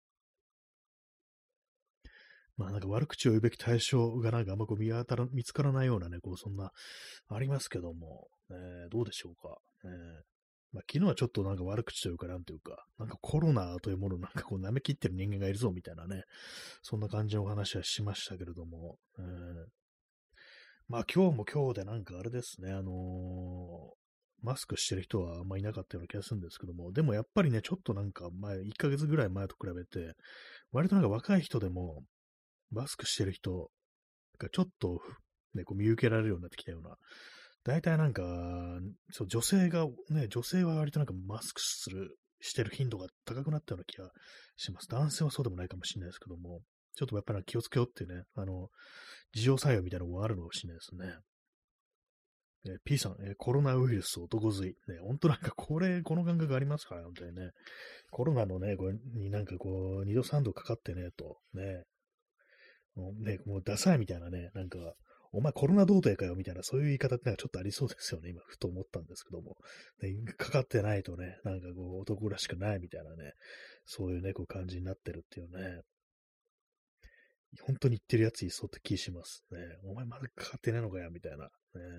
S1: まあなんか悪口を言うべき対象がなんかあんまこう見当たら、見つからないようなね、こうそんな、ありますけども、ね、どうでしょうか。ね、まあ、昨日はちょっとなんか悪口というか、なんというか、なんかコロナというものをなんかこう舐めきってる人間がいるぞみたいなね、そんな感じのお話はしましたけれども、えーまあ今日も今日でなんかあれですね、あのーマスクしてる人はあんまいなかったような気がするんですけども、でもやっぱりね、ちょっとなんか前、いっかげつぐらい前と比べて、割となんか若い人でも、マスクしてる人がちょっと、ね、こう見受けられるようになってきたような、大体なんか、そう、女性が、ね、女性は割となんかマスクする、してる頻度が高くなったような気がします。男性はそうでもないかもしれないですけども、ちょっとやっぱり気をつけようっていうね、あの、自浄作用みたいなのもあるのかもしれないですね。えー P さん、えーコロナウイルス男吸い。ね、本当なんかこれ、この感覚ありますから、本当にね。コロナのね、これになんかこう、二度三度かかってね、と。ね、もうね、もうダサいみたいなね、なんか、お前コロナ童貞かよみたいな、そういう言い方ってなんかちょっとありそうですよね、今、ふと思ったんですけども。ね、かかってないとね、なんかこう、男らしくないみたいなね、そういうね、こう感じになってるっていうね、本当に言ってるやついそうって気しますね。お前まだかかってないのかよみたいな。ね、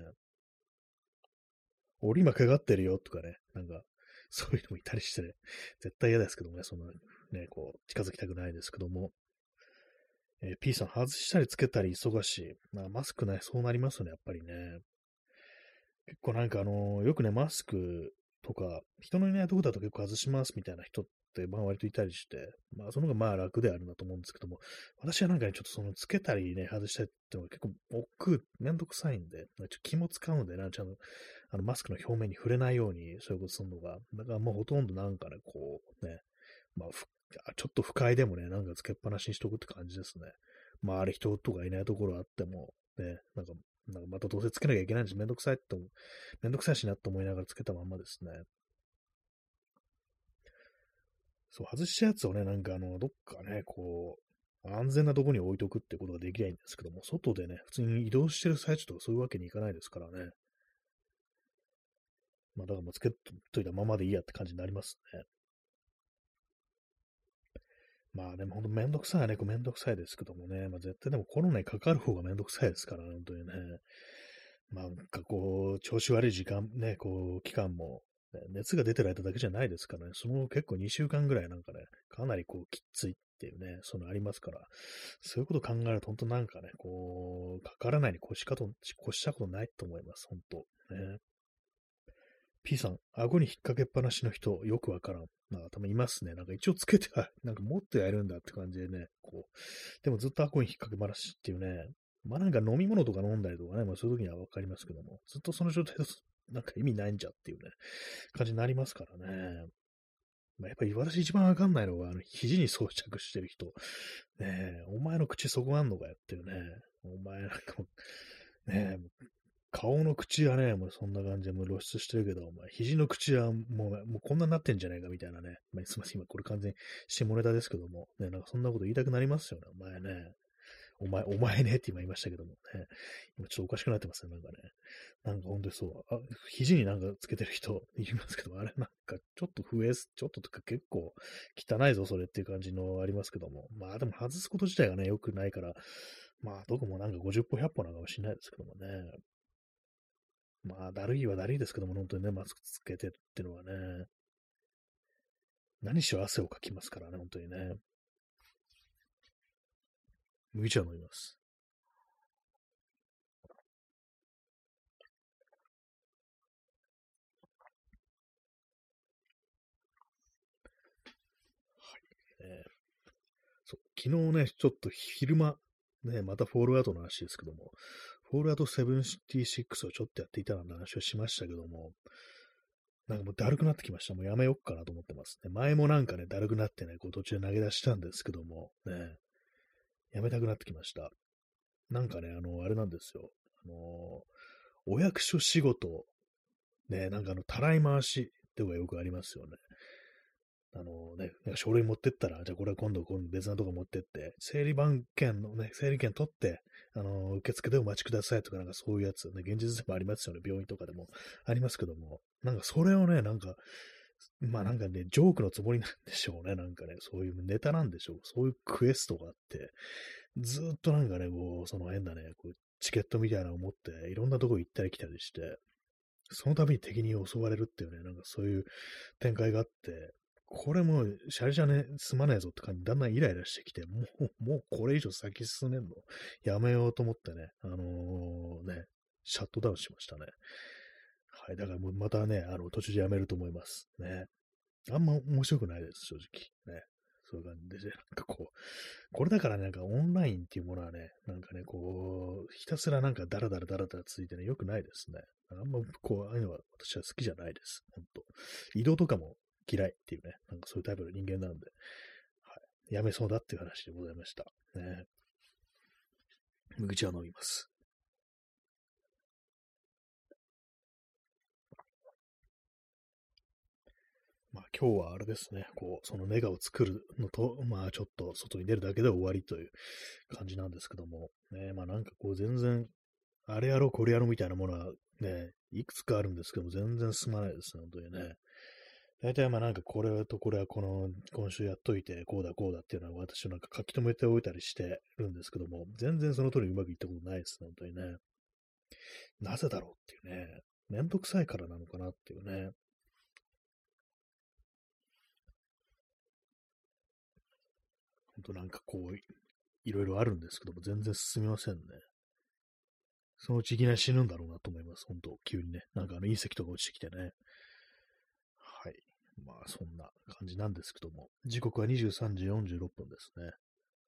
S1: 俺今かかってるよとかね、なんか、そういうのもいたりしてね、絶対嫌ですけどもね、そんなね、こう、近づきたくないですけども。えー P さん、外したりつけたり忙しい。まあ、マスクね、そうなりますよね、やっぱりね。結構なんかあのーよくね、マスクとか、人のいないとこだと結構外しますみたいな人って、まあ割といたりして、まあその方がまあ楽であるなと思うんですけども、私はなんかね、ちょっとそのつけたりね、外したりっていうのが結構億劫、めんどくさいんで、ちょっと気も使うんでな、ちゃんとあのマスクの表面に触れないようにそういうことするのが、だからもうほとんどなんかね、こうね、まあふちょっと不快でもね、なんかつけっぱなしにしとくって感じですね。まああれ人とかいないところあっても、ね、なんかなんかまたどうせつけなきゃいけないんです。めんどくさいと、めんどくさいしなと思いながらつけたまんまですね。そう、外したやつをね、なんかあの、どっかね、こう、安全なとこに置いとくってことができないんですけども、外でね、普通に移動してる最中とかそういうわけにいかないですからね。まあ、だからもうつけといたままでいいやって感じになりますね。まあでも本当めんどくさいね、こうめんどくさいですけどもね、まあ絶対でもコロナにかかる方がめんどくさいですからね、本当にね。まあなんかこう、調子悪い時間、ね、こう、期間も、ね、熱が出てる間だけじゃないですからね、その結構にしゅうかんぐらいなんかね、かなりこう、きついっていうね、そのありますから、そういうこと考えると本当なんかね、こう、かからないに越しかと、越したことないと思います、本当ね。P さん、顎に引っ掛けっぱなしの人、よくわからん。まあ、たまにいますね。なんか一応つけては、なんかもっとやるんだって感じでね、こう。でもずっと顎に引っ掛けっぱなしっていうね。まあなんか飲み物とか飲んだりとかね、まあそういう時にはわかりますけども、ずっとその状態だとなんか意味ないんじゃっていうね、感じになりますからね。まあ、やっぱり私一番わかんないのが、あの、肘に装着してる人。ねえ、お前の口そこあんのかよっていうね。お前なんかもう、ねえ、顔の口はね、もうそんな感じでもう露出してるけど、お前、肘の口はもう、もうこんなになってんじゃないかみたいなね。まあ、すみません、今これ完全に下ネタですけども、ね、なんかそんなこと言いたくなりますよね、お前ね。お前、お前ねって今言いましたけどもね。今ちょっとおかしくなってますね、なんかね。なんかほんとにそう。あ、肘になんかつけてる人いますけど、あれなんかちょっと不衛生、ちょっととか結構汚いぞ、それっていう感じのありますけども。まあでも外すこと自体がね、良くないから、まあどこもなんかごじゅっぽひゃっぽなのかもしれないですけどもね。まあ、だるいはだるいですけども、本当にね、マスクつけてっていうのはね、何しろ汗をかきますからね、本当にね。麦茶を飲みます。えーそう昨日ね、ちょっと昼間、ね、またフォールアウトの話ですけども、フォールアウトセブンティーシックスをちょっとやっていたなんて話をしましたけども、なんかもうだるくなってきました。もうやめよっかなと思ってますね。前もなんかね、だるくなってね、こう途中で投げ出したんですけども、ね、やめたくなってきました。なんかね、あの、あれなんですよ。あの、お役所仕事、ね、なんかあの、たらい回しとかよくありますよね。あのね、なんか書類持ってったら、じゃあこれ今度今度別なとこ持ってって、整理番券のね、整理券取って、あの、受付でお待ちくださいとかなんかそういうやつ、ね、現実でもありますよね。病院とかでもありますけども、なんかそれをね、なんか、まあなんかね、ジョークのつもりなんでしょうね。なんかね、そういうネタなんでしょう。そういうクエストがあって、ずーっとなんかね、こう、その変なね、こうチケットみたいなのを持って、いろんなとこ行ったり来たりして、その度に敵に襲われるっていうね、なんかそういう展開があって、これもう、シャレじゃね、済まねえぞって感じ、だんだんイライラしてきて、もう、もうこれ以上先進めんのやめようと思ってね、あのーね、シャットダウンしましたね。はい、だからもうまたね、あの、途中でやめると思います。ね。あんま面白くないです、正直。ね。そういう感じで、なんかこう、これだからなんかオンラインっていうものはね、なんかね、こう、ひたすらなんかダラダラダラダラ続いてね、良くないですね。あんまこう、ああいうのは私は好きじゃないです。本当移動とかも嫌いっていうね、なんかそういうタイプの人間なんで、はい。やめそうだっていう話でございました。ね。麦茶を飲みます。まあ今日はあれですね、こう、そのネガを作るのと、まあちょっと外に出るだけで終わりという感じなんですけども、ね、まあなんかこう全然あれやろう、これやろうみたいなものはね、いくつかあるんですけども、全然進まないですね、本当にね。大体まあなんかこれとこれはこの今週やっといて、こうだこうだっていうのは私なんか書き留めておいたりしてるんですけども、全然その通りうまくいったことないですね、本当にね。なぜだろうっていうね。めんどくさいからなのかなっていうね。本当なんかこう、いろいろあるんですけども、全然進みませんね。そのうちいきなり死ぬんだろうなと思います。本当急にね。なんかあの隕石とか落ちてきてね。はい。まあ、そんな感じなんですけども、時刻はにじゅうさんじよんじゅうろっぷんですね。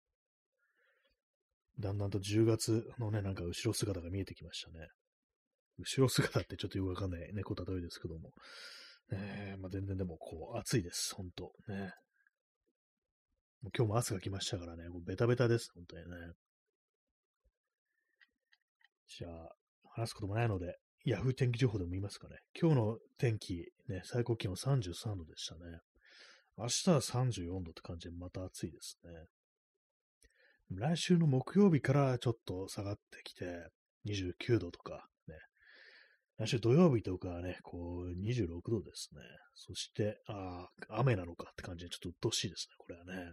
S1: だんだんとじゅうがつのね、なんか後ろ姿が見えてきましたね。後ろ姿ってちょっとよくわかんない猫例えですけども。えー、まあ、全然でもこう、暑いです。本当ね。もう今日も朝が来ましたからね、もうベタベタです。本当にね。じゃあ、 話すこともないので、ヤフー天気情報でも言いますかね。今日の天気、ね、最高気温さんじゅうさんどでしたね。明日はさんじゅうよんどって感じでまた暑いですね。来週の木曜日からちょっと下がってきて、にじゅうきゅうどとか、ね。来週土曜日とかはね、こう、にじゅうろくどですね。そして、ああ、雨なのかって感じでちょっと鬱陶しいですね、これはね。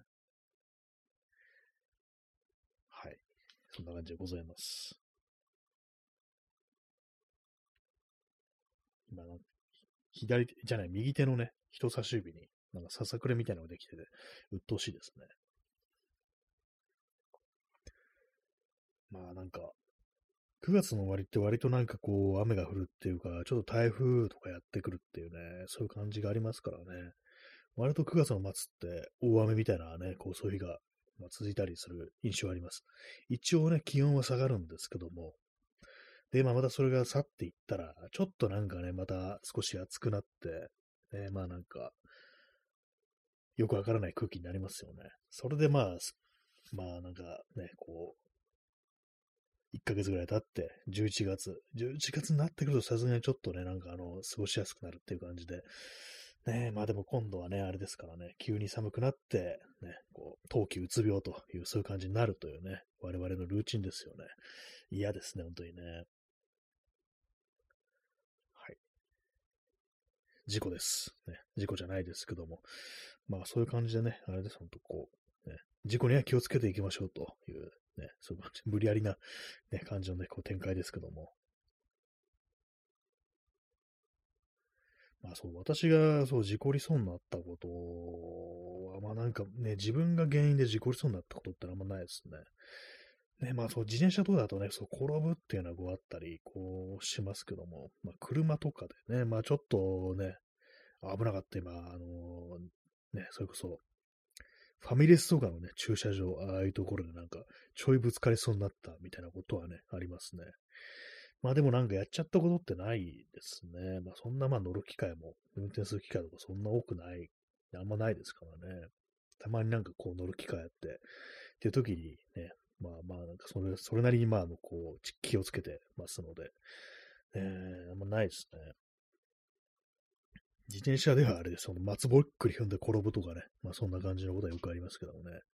S1: はい。そんな感じでございます。今、左手、じゃない、右手のね、人差し指に、なんかささくれみたいなのができてて、鬱陶しいですね。まあなんか、くがつの終わりって割となんかこう、雨が降るっていうか、ちょっと台風とかやってくるっていうね、そういう感じがありますからね。割とくがつの末って大雨みたいなね、こう、そういう日が、まあ、続いたりする印象あります。一応ね、気温は下がるんですけども、で、まあまたそれが去っていったら、ちょっとなんかね、また少し暑くなって、ね、まあなんか、よくわからない空気になりますよね。それでまあ、まあなんかね、こう、いっかげつぐらい経って、じゅういちがつ、じゅういちがつになってくるとさすがにちょっとね、なんかあの、過ごしやすくなるっていう感じで、ね、まあでも今度はね、あれですからね、急に寒くなって、ね、こう、冬季うつ病という、そういう感じになるというね、我々のルーチンですよね。嫌ですね、本当にね。はい。事故です。ね、事故じゃないですけども。まあそういう感じでね、あれです、本当こう、ね、事故には気をつけていきましょうという、ね、そういう感じ、無理やりな、ね、感じのね、こう展開ですけども。まあそう、私がそう事故りそうになったことは、まあなんかね、自分が原因で事故りそうになったことってあんまないですね。ね、まあそう、自転車とかだとね、そう、転ぶっていうのはこうあったり、こうしますけども、まあ車とかでね、まあちょっとね、危なかった、今、あのね、それこそ、ファミレスとかのね、駐車場、ああいうところでなんか、ちょいぶつかりそうになったみたいなことはね、ありますね。まあでもなんかやっちゃったことってないですね。まあそんなまあ乗る機会も、運転する機会とかそんな多くない、あんまないですからね。たまになんかこう乗る機会あって、っていう時にね、まあまあなんかそれ、それなりにまああのこう気をつけてますので、えー、あんまないですね。自転車ではあれです。その松ぼっくり踏んで転ぶとかね。まあそんな感じのことはよくありますけどもね。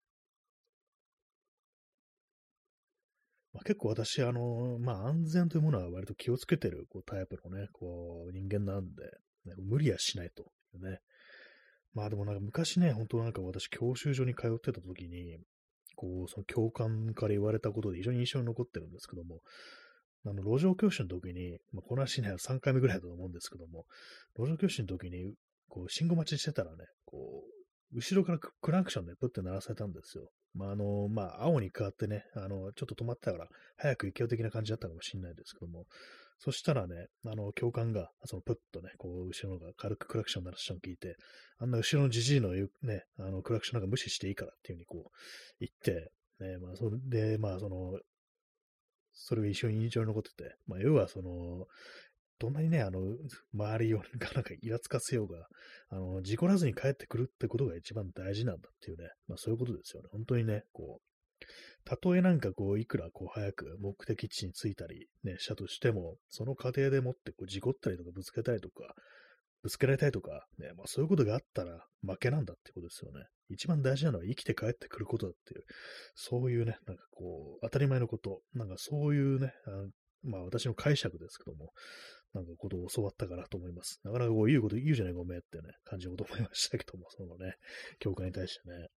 S1: まあ、結構私、あの、まあ安全というものは割と気をつけてるこうタイプのね、こう人間なんで、ね、無理はしないというね。まあでもなんか昔ね、本当なんか私教習所に通ってた時に、こう、その教官から言われたことで非常に印象に残ってるんですけども、あの、路上教習の時に、まあ、この話ね、さんかいめぐらいだと思うんですけども、路上教習の時に、こう、信号待ちしてたらね、こう、後ろからククランクションでプッて鳴らされたんですよ。まあ、あの、まあ、青に変わってね、あの、ちょっと止まってたから、早く行けよ的な感じだったかもしれないですけども、そしたらね、あの、教官が、そのプッとね、こう、後ろのが軽くクラクション鳴らしたのを聞いて、あんな後ろのじじいの言うね、あの、クラクションなんか無視していいからっていうふうにこう、言って、ね、まあ、それで、まあ、その、それが一緒に印象に残ってて、まあ、要はその、どんなにね、あの、周りをがなんかイラつかせようが、あの、事故らずに帰ってくるってことが一番大事なんだっていうね、まあそういうことですよね。本当にね、こう、たとえなんかこう、いくらこう早く目的地に着いたりね、したとしても、その過程でもってこう事故ったりとかぶつけたりとか、ぶつけられたりとか、ね、まあそういうことがあったら負けなんだってことですよね。一番大事なのは生きて帰ってくることだっていう、そういうね、なんかこう、当たり前のこと、なんかそういうね、あまあ私の解釈ですけども、なんかことを教わったかなと思います。なかなかこう言うこと言うじゃないごめんってね、感じのこと思いましたけども、そのね、教会に対してね。はい。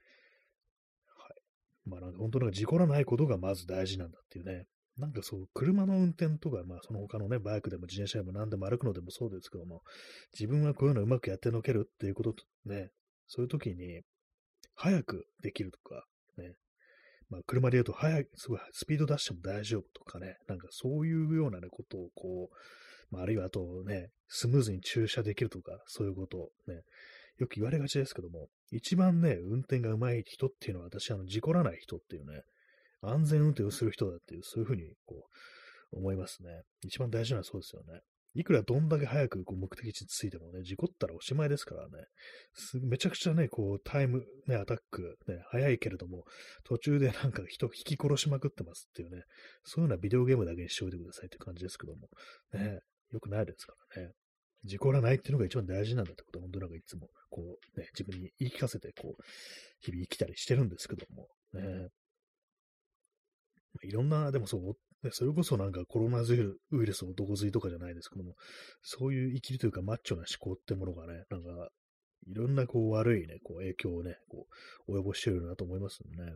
S1: まあなんか本当なんか事故らないことがまず大事なんだっていうね。なんかそう、車の運転とか、まあその他のね、バイクでも自転車でも何でも歩くのでもそうですけども、自分はこういうのうまくやってのけるっていうこととね、そういう時に、早くできるとか、ね、まあ車で言うと早い、すごいスピード出しても大丈夫とかね、なんかそういうようなね、ことをこう、まあ、あるいはあとね、スムーズに駐車できるとか、そういうことをね、よく言われがちですけども、一番ね、運転が上手い人っていうのは、私、あの、事故らない人っていうね、安全運転をする人だっていう、そういうふうに、こう、思いますね。一番大事なのはそうですよね。 いくらどんだけ早くこう目的地に着いてもね、事故ったらおしまいですからね。すめちゃくちゃね、こう、タイム、ね、アタック、ね、早いけれども、途中でなんか人引き殺しまくってますっていうね、そういうようなビデオゲームだけにしておいてくださいって感じですけども、ね、よくないですからね。事故らないっていうのが一番大事なんだってことは、本当なんかいつも、こう、ね、自分に言い聞かせて、こう、日々生きたりしてるんですけども、ね、いろんな、でもそう、ねそれこそなんかコロナウイルスの毒髄とかじゃないですけども、そういう生きりというかマッチョな思考ってものがね、なんか、いろんなこう悪いね、こう影響をね、こう、及ぼしてるなと思いますね。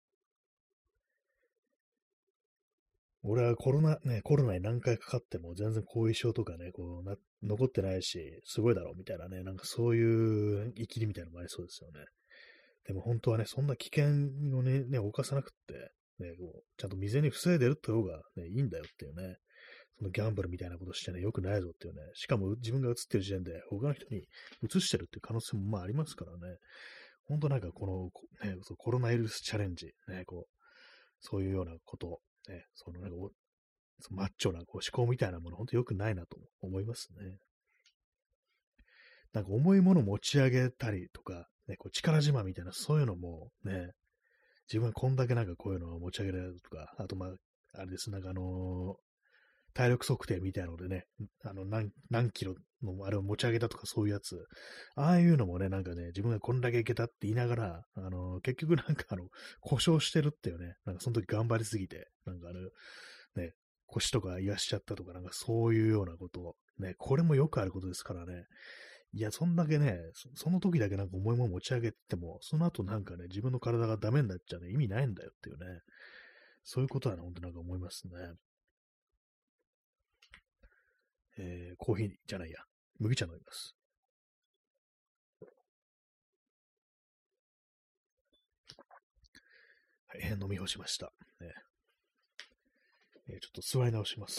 S1: 俺はコロナ、ね、コロナに何回かかっても全然後遺症とかね、こうな、残ってないし、すごいだろうみたいなね、なんかそういう生きりみたいなのもありそうですよね。でも本当はね、そんな危険をね、ね、犯さなくって、ね、こう、ちゃんと未然に防いでるって方がね、いいんだよっていうね、そのギャンブルみたいなことしてね、良くないぞっていうね、しかも自分が映ってる時点で他の人に映してるっていう可能性もまあありますからね、本当なんかこの、こね、そうコロナウイルスチャレンジ、ね、こう、そういうようなこと、ね、そのなんかおそのマッチョなこう思考みたいなもの、本当良くないなと思いますね。なんか重いもの持ち上げたりとか、ね、こう力自慢みたいな、そういうのもね、自分はこんだけなんかこういうのを持ち上げられるとか、あとまあ、あれです、なんかあのー体力測定みたいなのでね、あの何、何キロのあれを持ち上げたとかそういうやつ、ああいうのもね、なんかね、自分がこんだけいけたって言いながら、あのー結局なんかあの、故障してるっていうね、なんかその時頑張りすぎて、なんかあの、ね、腰とか癒しちゃったとか、なんかそういうようなことを、ね、これもよくあることですからね、いや、そんだけね、そその時だけなんか重いもの持ち上げても、その後なんかね、自分の体がダメになっちゃうね、意味ないんだよっていうね、そういうことはね、本当なんか思いますね。えー、コーヒーじゃないや、麦茶飲みます。はい、えー飲み干しました。ねえーちょっと座り直します。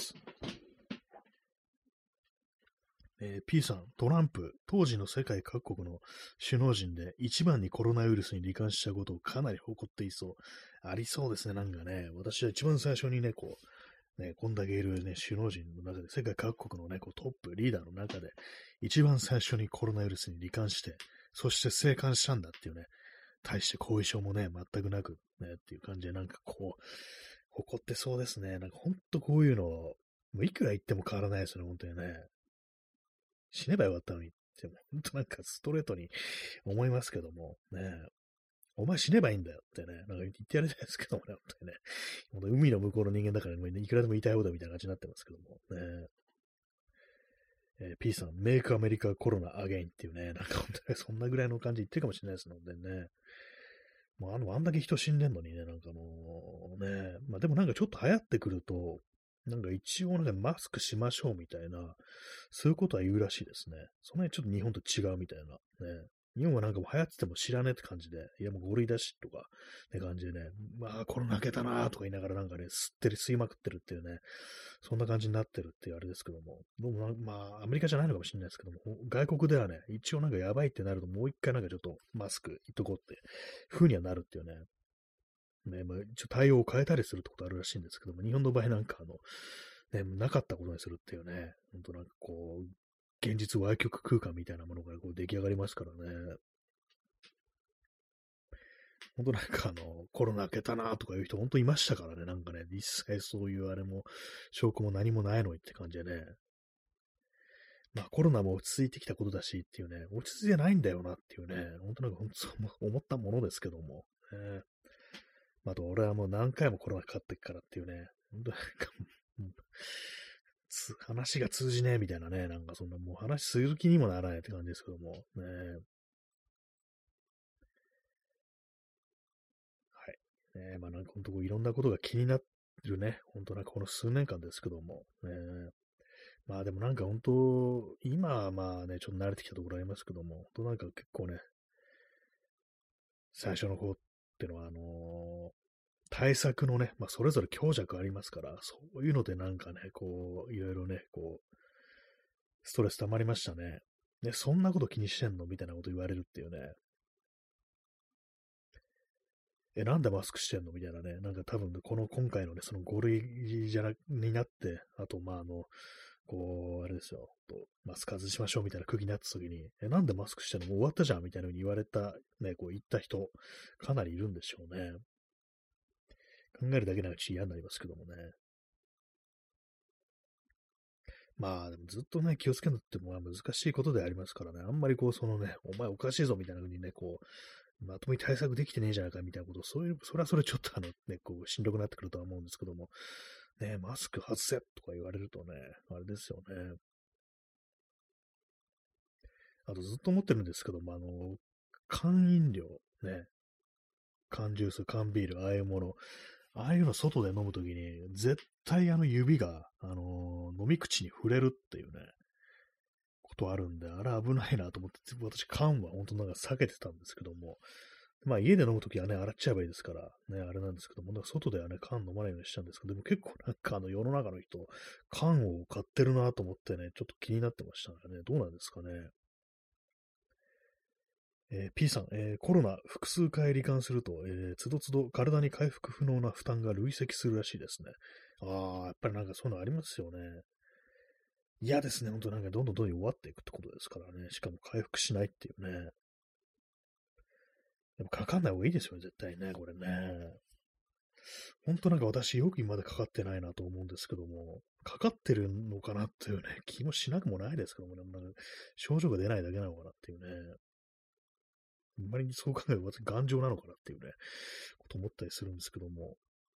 S1: えー P さん、トランプ、当時の世界各国の首脳陣で一番にコロナウイルスに罹患したことをかなり誇っていそう。ありそうですね、なんかね。私は一番最初にね、こう、ね、こんだけいるね、首脳陣の中で、世界各国のね、こうトップ、リーダーの中で、一番最初にコロナウイルスに罹患して、そして生還したんだっていうね、対して後遺症もね、全くなく、ね、っていう感じで、なんかこう、誇ってそうですね。なんかほんとこういうの、もういくら言っても変わらないですよね、本当にね。死ねばよかったのにって、もう本当なんかストレートに思いますけども、ねえ、お前死ねばいいんだよってね、なんか言ってやりたいですけどもね、本当にね、本当海の向こうの人間だから、ね、いくらでも言いたいことみたいな感じになってますけども、ねえー P さん、メイクアメリカコロナアゲインっていうね、なんか本当にそんなぐらいの感じ言ってるかもしれないですのでね、もうあの、あんだけ人死んでんのにね、なんかもうね、まあでもなんかちょっと流行ってくると、なんか一応なんかマスクしましょうみたいな、そういうことは言うらしいですね。その辺ちょっと日本と違うみたいな。ね。日本はなんかもう流行ってても知らねえって感じで、いやもうご類だしとか、って感じでね、まあコロナ明けたなーとか言いながらなんかね、吸ってる、吸いまくってるっていうね、そんな感じになってるっていうあれですけども、どうもなまあアメリカじゃないのかもしれないですけども、外国ではね、一応なんかやばいってなるともう一回なんかちょっとマスクいっとこうって風にはなるっていうね、ね、まあ、一応対応を変えたりするってことあるらしいんですけども、日本の場合なんかあの、ね、なかったことにするっていうね、本当なんかこう、現実歪曲空間みたいなものがこう出来上がりますからね。本当なんかあの、コロナ明けたなとかいう人本当いましたからね。なんかね、実際そういうあれも、証拠も何もないのにって感じでね。まあコロナも落ち着いてきたことだしっていうね、落ち着いてないんだよなっていうね、本当なんか本当そう思ったものですけども。ね、まあ、あと俺はもう何回もコロナかかってっからっていうね、本当なんか、つ話が通じねえみたいなね、なんかそんなもう話する気にもならないって感じですけども、ね。はい。ね、まあなんか本当こういろんなことが気になるね、本当なんかこの数年間ですけども、ね。まあでもなんか本当、今はまあね、ちょっと慣れてきたところありますけども、本当なんか結構ね、最初の方ってのはあのー対策のね、まあそれぞれ強弱ありますから、そういうのでなんかね、こう、いろいろね、こう、ストレス溜まりましたね。ね、そんなこと気にしてんのみたいなこと言われるっていうね。え、なんでマスクしてんのみたいなね。なんか多分、この今回のね、そのご類じゃな、になって、あと、まあ、あの、 こう、あれですよ、とマスク外しましょうみたいな空気になった時に、え、なんでマスクしてんのもう終わったじゃんみたいな風に言われた、ね、こう言った人、かなりいるんでしょうね。考えるだけなうち嫌になりますけどもね。まあ、でもずっとね、気をつけるってもまあ難しいことでありますからね、あんまりこう、そのね、お前おかしいぞみたいな風にね、こう、まともに対策できてねえじゃないかみたいなことを、そういう、それはそれちょっとあの、ね、こう、しんどくなってくるとは思うんですけども、ね、マスク外せとか言われるとね、あれですよね。あとずっと思ってるんですけども、あの、缶飲料、ね、缶ジュース、缶ビール、ああいうもの、ああいうの外で飲むときに、絶対あの指が、あのー飲み口に触れるっていうね、ことあるんで、あれ危ないなと思って、私缶は本当なんか避けてたんですけども、まあ家で飲むときはね、洗っちゃえばいいですから、ね、あれなんですけども、なんか外ではね、缶飲まないようにしたんですけど、でも結構なんかあの世の中の人、缶を買ってるなと思ってね、ちょっと気になってましたね。どうなんですかね。えー P さん、えーコロナ複数回罹患すると、えー、つどつど体に回復不能な負担が累積するらしいですね。ああ、やっぱりなんかそういうのありますよね。嫌ですね。本当なんかどんどんどんどん弱っていくってことですからね。しかも回復しないっていうね。でもかかんない方がいいですよね、絶対ね、これね。本当なんか私よく今までかかってないなと思うんですけども、かかってるのかなっていうね、気もしなくもないですけどもね、なんか症状が出ないだけなのかなっていうね。あんまりそう考えると私頑丈なのかなっていうね、こと思ったりするんですけども。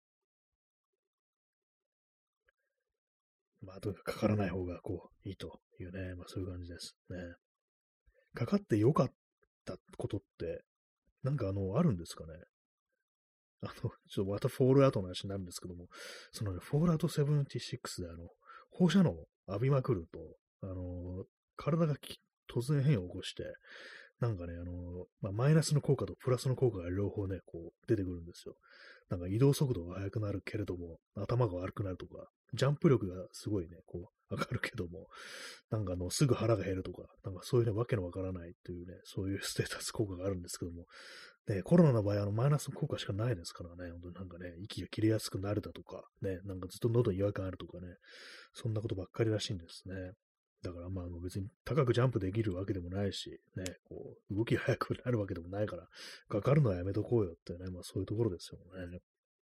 S1: まあ、とにかくかからない方がこう、いいというね、まあそういう感じですね。かかってよかったことって、なんかあの、あるんですかね。あの、ちょっとまたフォールアウトの話になるんですけども、そのね、フォールアウトセブンティシックスであの、放射能を浴びまくると、あの、体がき突然変異を起こして、なんかね、あの、まあ、マイナスの効果とプラスの効果が両方ね、こう出てくるんですよ。なんか移動速度が速くなるけれども、頭が悪くなるとか、ジャンプ力がすごいね、こう、上がるけども、なんかあの、すぐ腹が減るとか、なんかそういうね、わけのわからないというね、そういうステータス効果があるんですけども、ね、コロナの場合、あの、マイナスの効果しかないですからね、本当になんかね、息が切れやすくなるだとか、ね、なんかずっと喉に違和感あるとかね、そんなことばっかりらしいんですね。だからまあ、あの別に高くジャンプできるわけでもないし、ね、こう、動きが速くなるわけでもないから、かかるのはやめとこうよってね、まあそういうところですよね。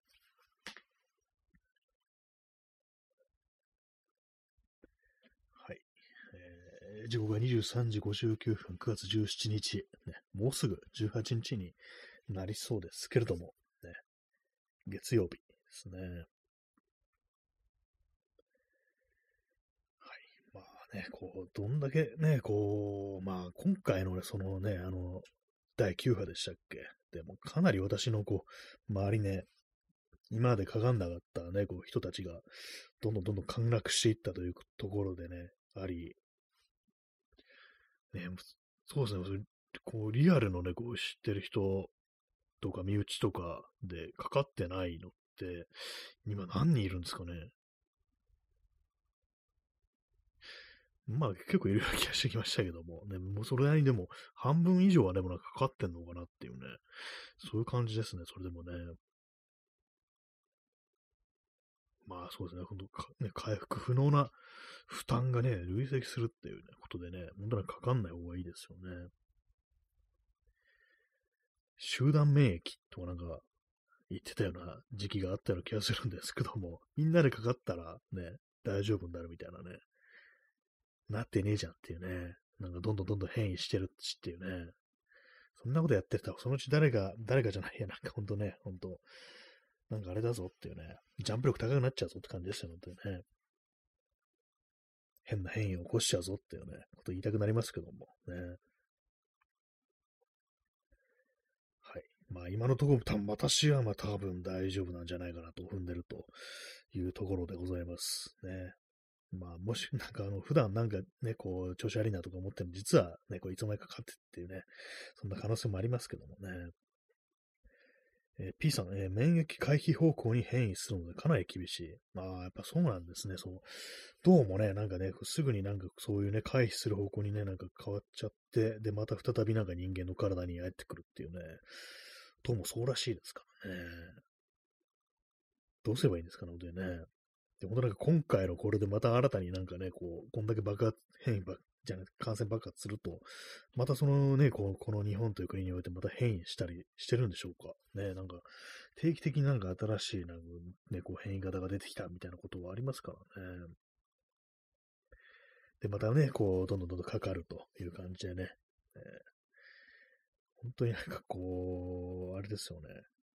S1: はい。えー時刻がにじゅうさんじごじゅうきゅうふん、くがつじゅうしちにち、ね、もうすぐじゅうはちにちになりそうですけれども、ね、月曜日ですね。はい。まあね、こう、どんだけね、こう、まあ今回のね、そのね、あの、だいきゅう波でしたっけ。でもかなり私のこう、周りね、今までかかんなかったね、こう人たちが、どんどんどんどん陥落していったというところでね、あり、ね、そうですね、それこう、リアルのね、こう知ってる人とか身内とかでかかってないのって、今何人いるんですかね。まあ結構いるような気がしてきましたけども、ね、もうそれなりにでも半分以上はでもなんかかかってんのかなっていうね、そういう感じですね、それでもね。まあそうですね、本当か、ね、回復不能な負担がね、累積するっていうね、ことでね、本当にかかんない方がいいですよね。集団免疫とかなんか言ってたような時期があったような気がするんですけども、みんなでかかったらね、大丈夫になるみたいなね、なってねえじゃんっていうね、なんかどんどんどんどん変異してるしっていうね、そんなことやってたら、そのうち誰が、誰かじゃないや、なんかほんとね、ほんと、なんかあれだぞっていうね、ジャンプ力高くなっちゃうぞって感じですよ、本当にね。変な変異を起こしちゃうぞっていうね、こと言いたくなりますけどもね。はい。まあ今のところ、多分私はまあ多分大丈夫なんじゃないかなと踏んでるというところでございますね。まあもしなんかあの普段なんかね、こう調子悪いなとか思っても実はね、こういつの間にかかってっていうね、そんな可能性もありますけどもね。えー P さん、えー免疫回避方向に変異するのでかなり厳しい。まあ、やっぱそうなんですね。そう。どうもね、なんかね、すぐになんかそういうね、回避する方向にね、なんか変わっちゃって、で、また再びなんか人間の体に入ってくるっていうね、どうもそうらしいですからね。どうすればいいんですかね、本当にね。 で、本当なんか今回のこれでまた新たになんかね、こう、こんだけ爆発、変異ば、じゃない、感染爆発すると、またそのね、こうこの日本という国においてまた変異したりしてるんでしょうか。ね、なんか、定期的になんか新しいなんかね、こう変異型が出てきたみたいなことはありますからね。で、またね、こう、どんどんどんどんかかるという感じでね、えー本当になんかこう、あれですよね。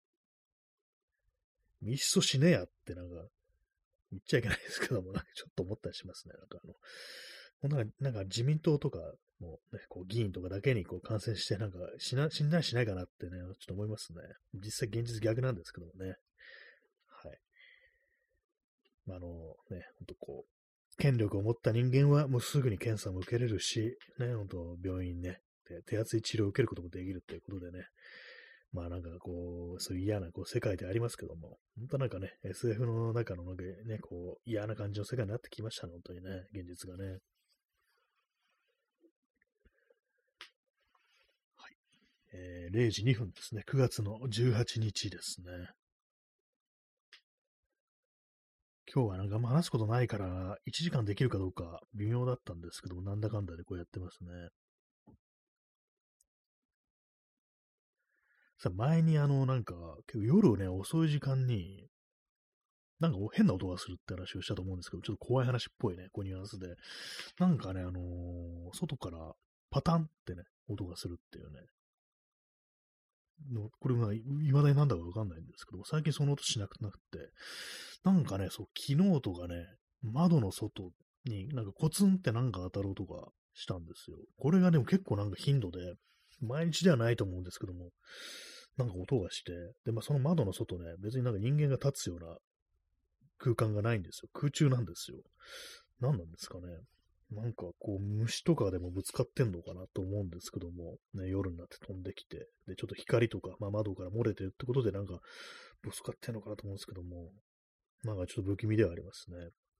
S1: いっそ死ねやってなんか言っちゃいけないですけども、なんかちょっと思ったりしますね。なんかあの、もうなんか、なんか自民党とかもね、こう議員とかだけにこう感染して、なんか死な、死んだりしないかなってね、ちょっと思いますね。実際現実逆なんですけどもね。はい。まあ、あのね、ほんとこう、権力を持った人間はもうすぐに検査も受けれるし、ね、ほんと病院ね、で手厚い治療を受けることもできるということでね、まあなんかこう、そういう嫌なこう世界でありますけども、本当なんかね、エスエフ の中のなんかね、こう嫌な感じの世界になってきましたね、本当にね、現実がね。はい。えー、れいじにふんですね。くがつのじゅうはちにちですね。今日はなんかあんま話すことないから、いちじかんできるかどうか微妙だったんですけども、なんだかんだでこうやってますね。さ、前にあの、なんか、結構夜ね、遅い時間に、なんか変な音がするって話をしたと思うんですけど、ちょっと怖い話っぽいね、こうニュアンスで。なんかね、あのー外からパタンってね、音がするっていうね。のこれが、未だになんだかわかんないんですけど、最近その音しなくなって、なんかね、そう、昨日とかね、窓の外になんかコツンってなんか当たる音がしたんですよ。これがでも結構なんか頻度で、毎日ではないと思うんですけども、なんか音がして、で、まあその窓の外ね、別になんか人間が立つような空間がないんですよ。空中なんですよ。何なんですかね。なんかこう虫とかでもぶつかってんのかなと思うんですけども、ね、夜になって飛んできて、で、ちょっと光とか、まあ、窓から漏れてるってことでなんかぶつかってんのかなと思うんですけども、なんかちょっと不気味ではありますね。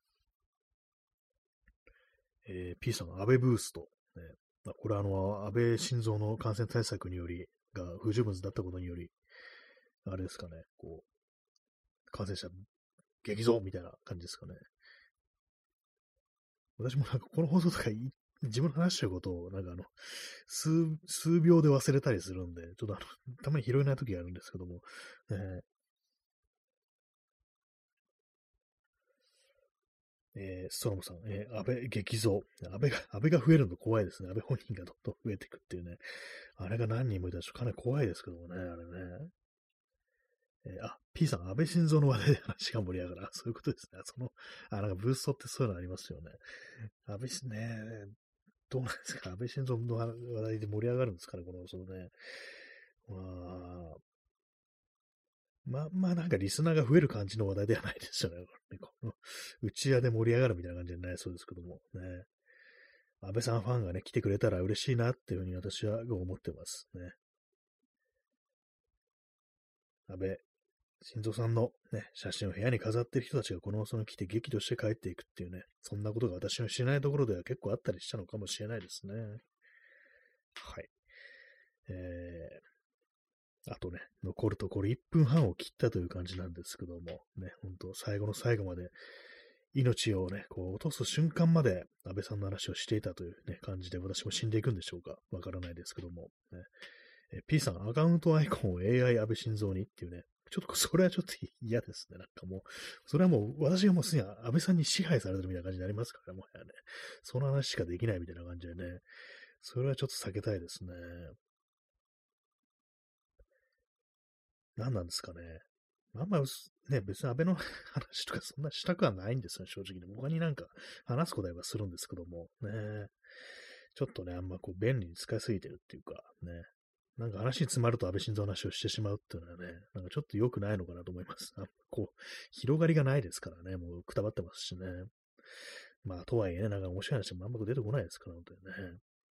S1: えー、P さん、安倍ブースト。ね、まあ、これはあの、安倍晋三の感染対策により、が不十分だったことにより、あれですかね、こう、感染者激増みたいな感じですかね。私もなんかこの放送とかい自分の話してることを、なんかあの、数、数秒で忘れたりするんで、ちょっとあの、たまに拾えない時があるんですけども、えーえー、ストロムさん、えー、安倍激増。安倍が、安倍が増えるの怖いですね。安倍本人がどんどん増えていくっていうね。あれが何人もいたらかなり怖いですけどもね、あれね。えーあ、P さん、安倍晋三の話題で話が盛り上がる。あ、そういうことですね。その、あ、なんかブーストってそういうのありますよね。安倍しね、どうなんですか安倍晋三の話題で盛り上がるんですかね、この、そのね。まあ、まあまあなんかリスナーが増える感じの話題ではないですよね。この内輪で盛り上がるみたいな感じじゃないそうですけどもね。安倍さんファンがね、来てくれたら嬉しいなっていうふうに私は思ってますね。安倍晋三さんのね、写真を部屋に飾ってる人たちがこの放送に来て激怒して帰っていくっていうね、そんなことが私の知らないところでは結構あったりしたのかもしれないですね。はい。えー、あとね、残るところいっぷんはんを切ったという感じなんですけども、ね、本当最後の最後まで命をね、こう落とす瞬間まで安倍さんの話をしていたというね、感じで私も死んでいくんでしょうかわからないですけども、ね。え P さん、アカウントアイコンを エーアイ 安倍晋三にっていうね、ちょっと、それはちょっと嫌ですね。なんかもう、それはもう、私がもうすでに安倍さんに支配されてるみたいな感じになりますからね、もはやね。その話しかできないみたいな感じでね、それはちょっと避けたいですね。何なんですかね。あんま、ね、別に安倍の話とかそんなしたくはないんですよ、正直に。他になんか話すことはするんですけども、ね。ちょっとね、あんまこう便利に使いすぎてるっていうか、ね。なんか話に詰まると安倍晋三の話をしてしまうっていうのはね、なんかちょっと良くないのかなと思います。あんまこう、広がりがないですからね、もうくたばってますしね。まあ、とはいえね、なんか面白い話もあんま出てこないですから、本当にね。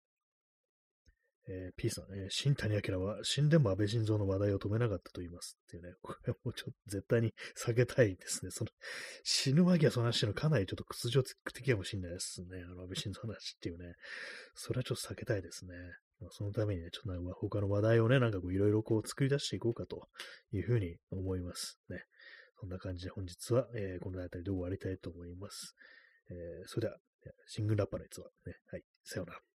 S1: えー、P さん、えー、新谷明は死んでも安倍晋三の話題を止めなかったと言いますっていうね、これもうちょっと絶対に避けたいですね。その死ぬわけはその話のかなりちょっと屈辱的かもしれないですね。あの安倍晋三の話っていうね。それはちょっと避けたいですね。まあ、そのためにね、ちょっとなんか他の話題をね、なんかこういろいろこう作り出していこうかというふうに思いますね。 そんな感じで本日は、えーこの辺りで終わりたいと思います。えーそれでは、シングルラッパーのやつはね、はい、さようなら。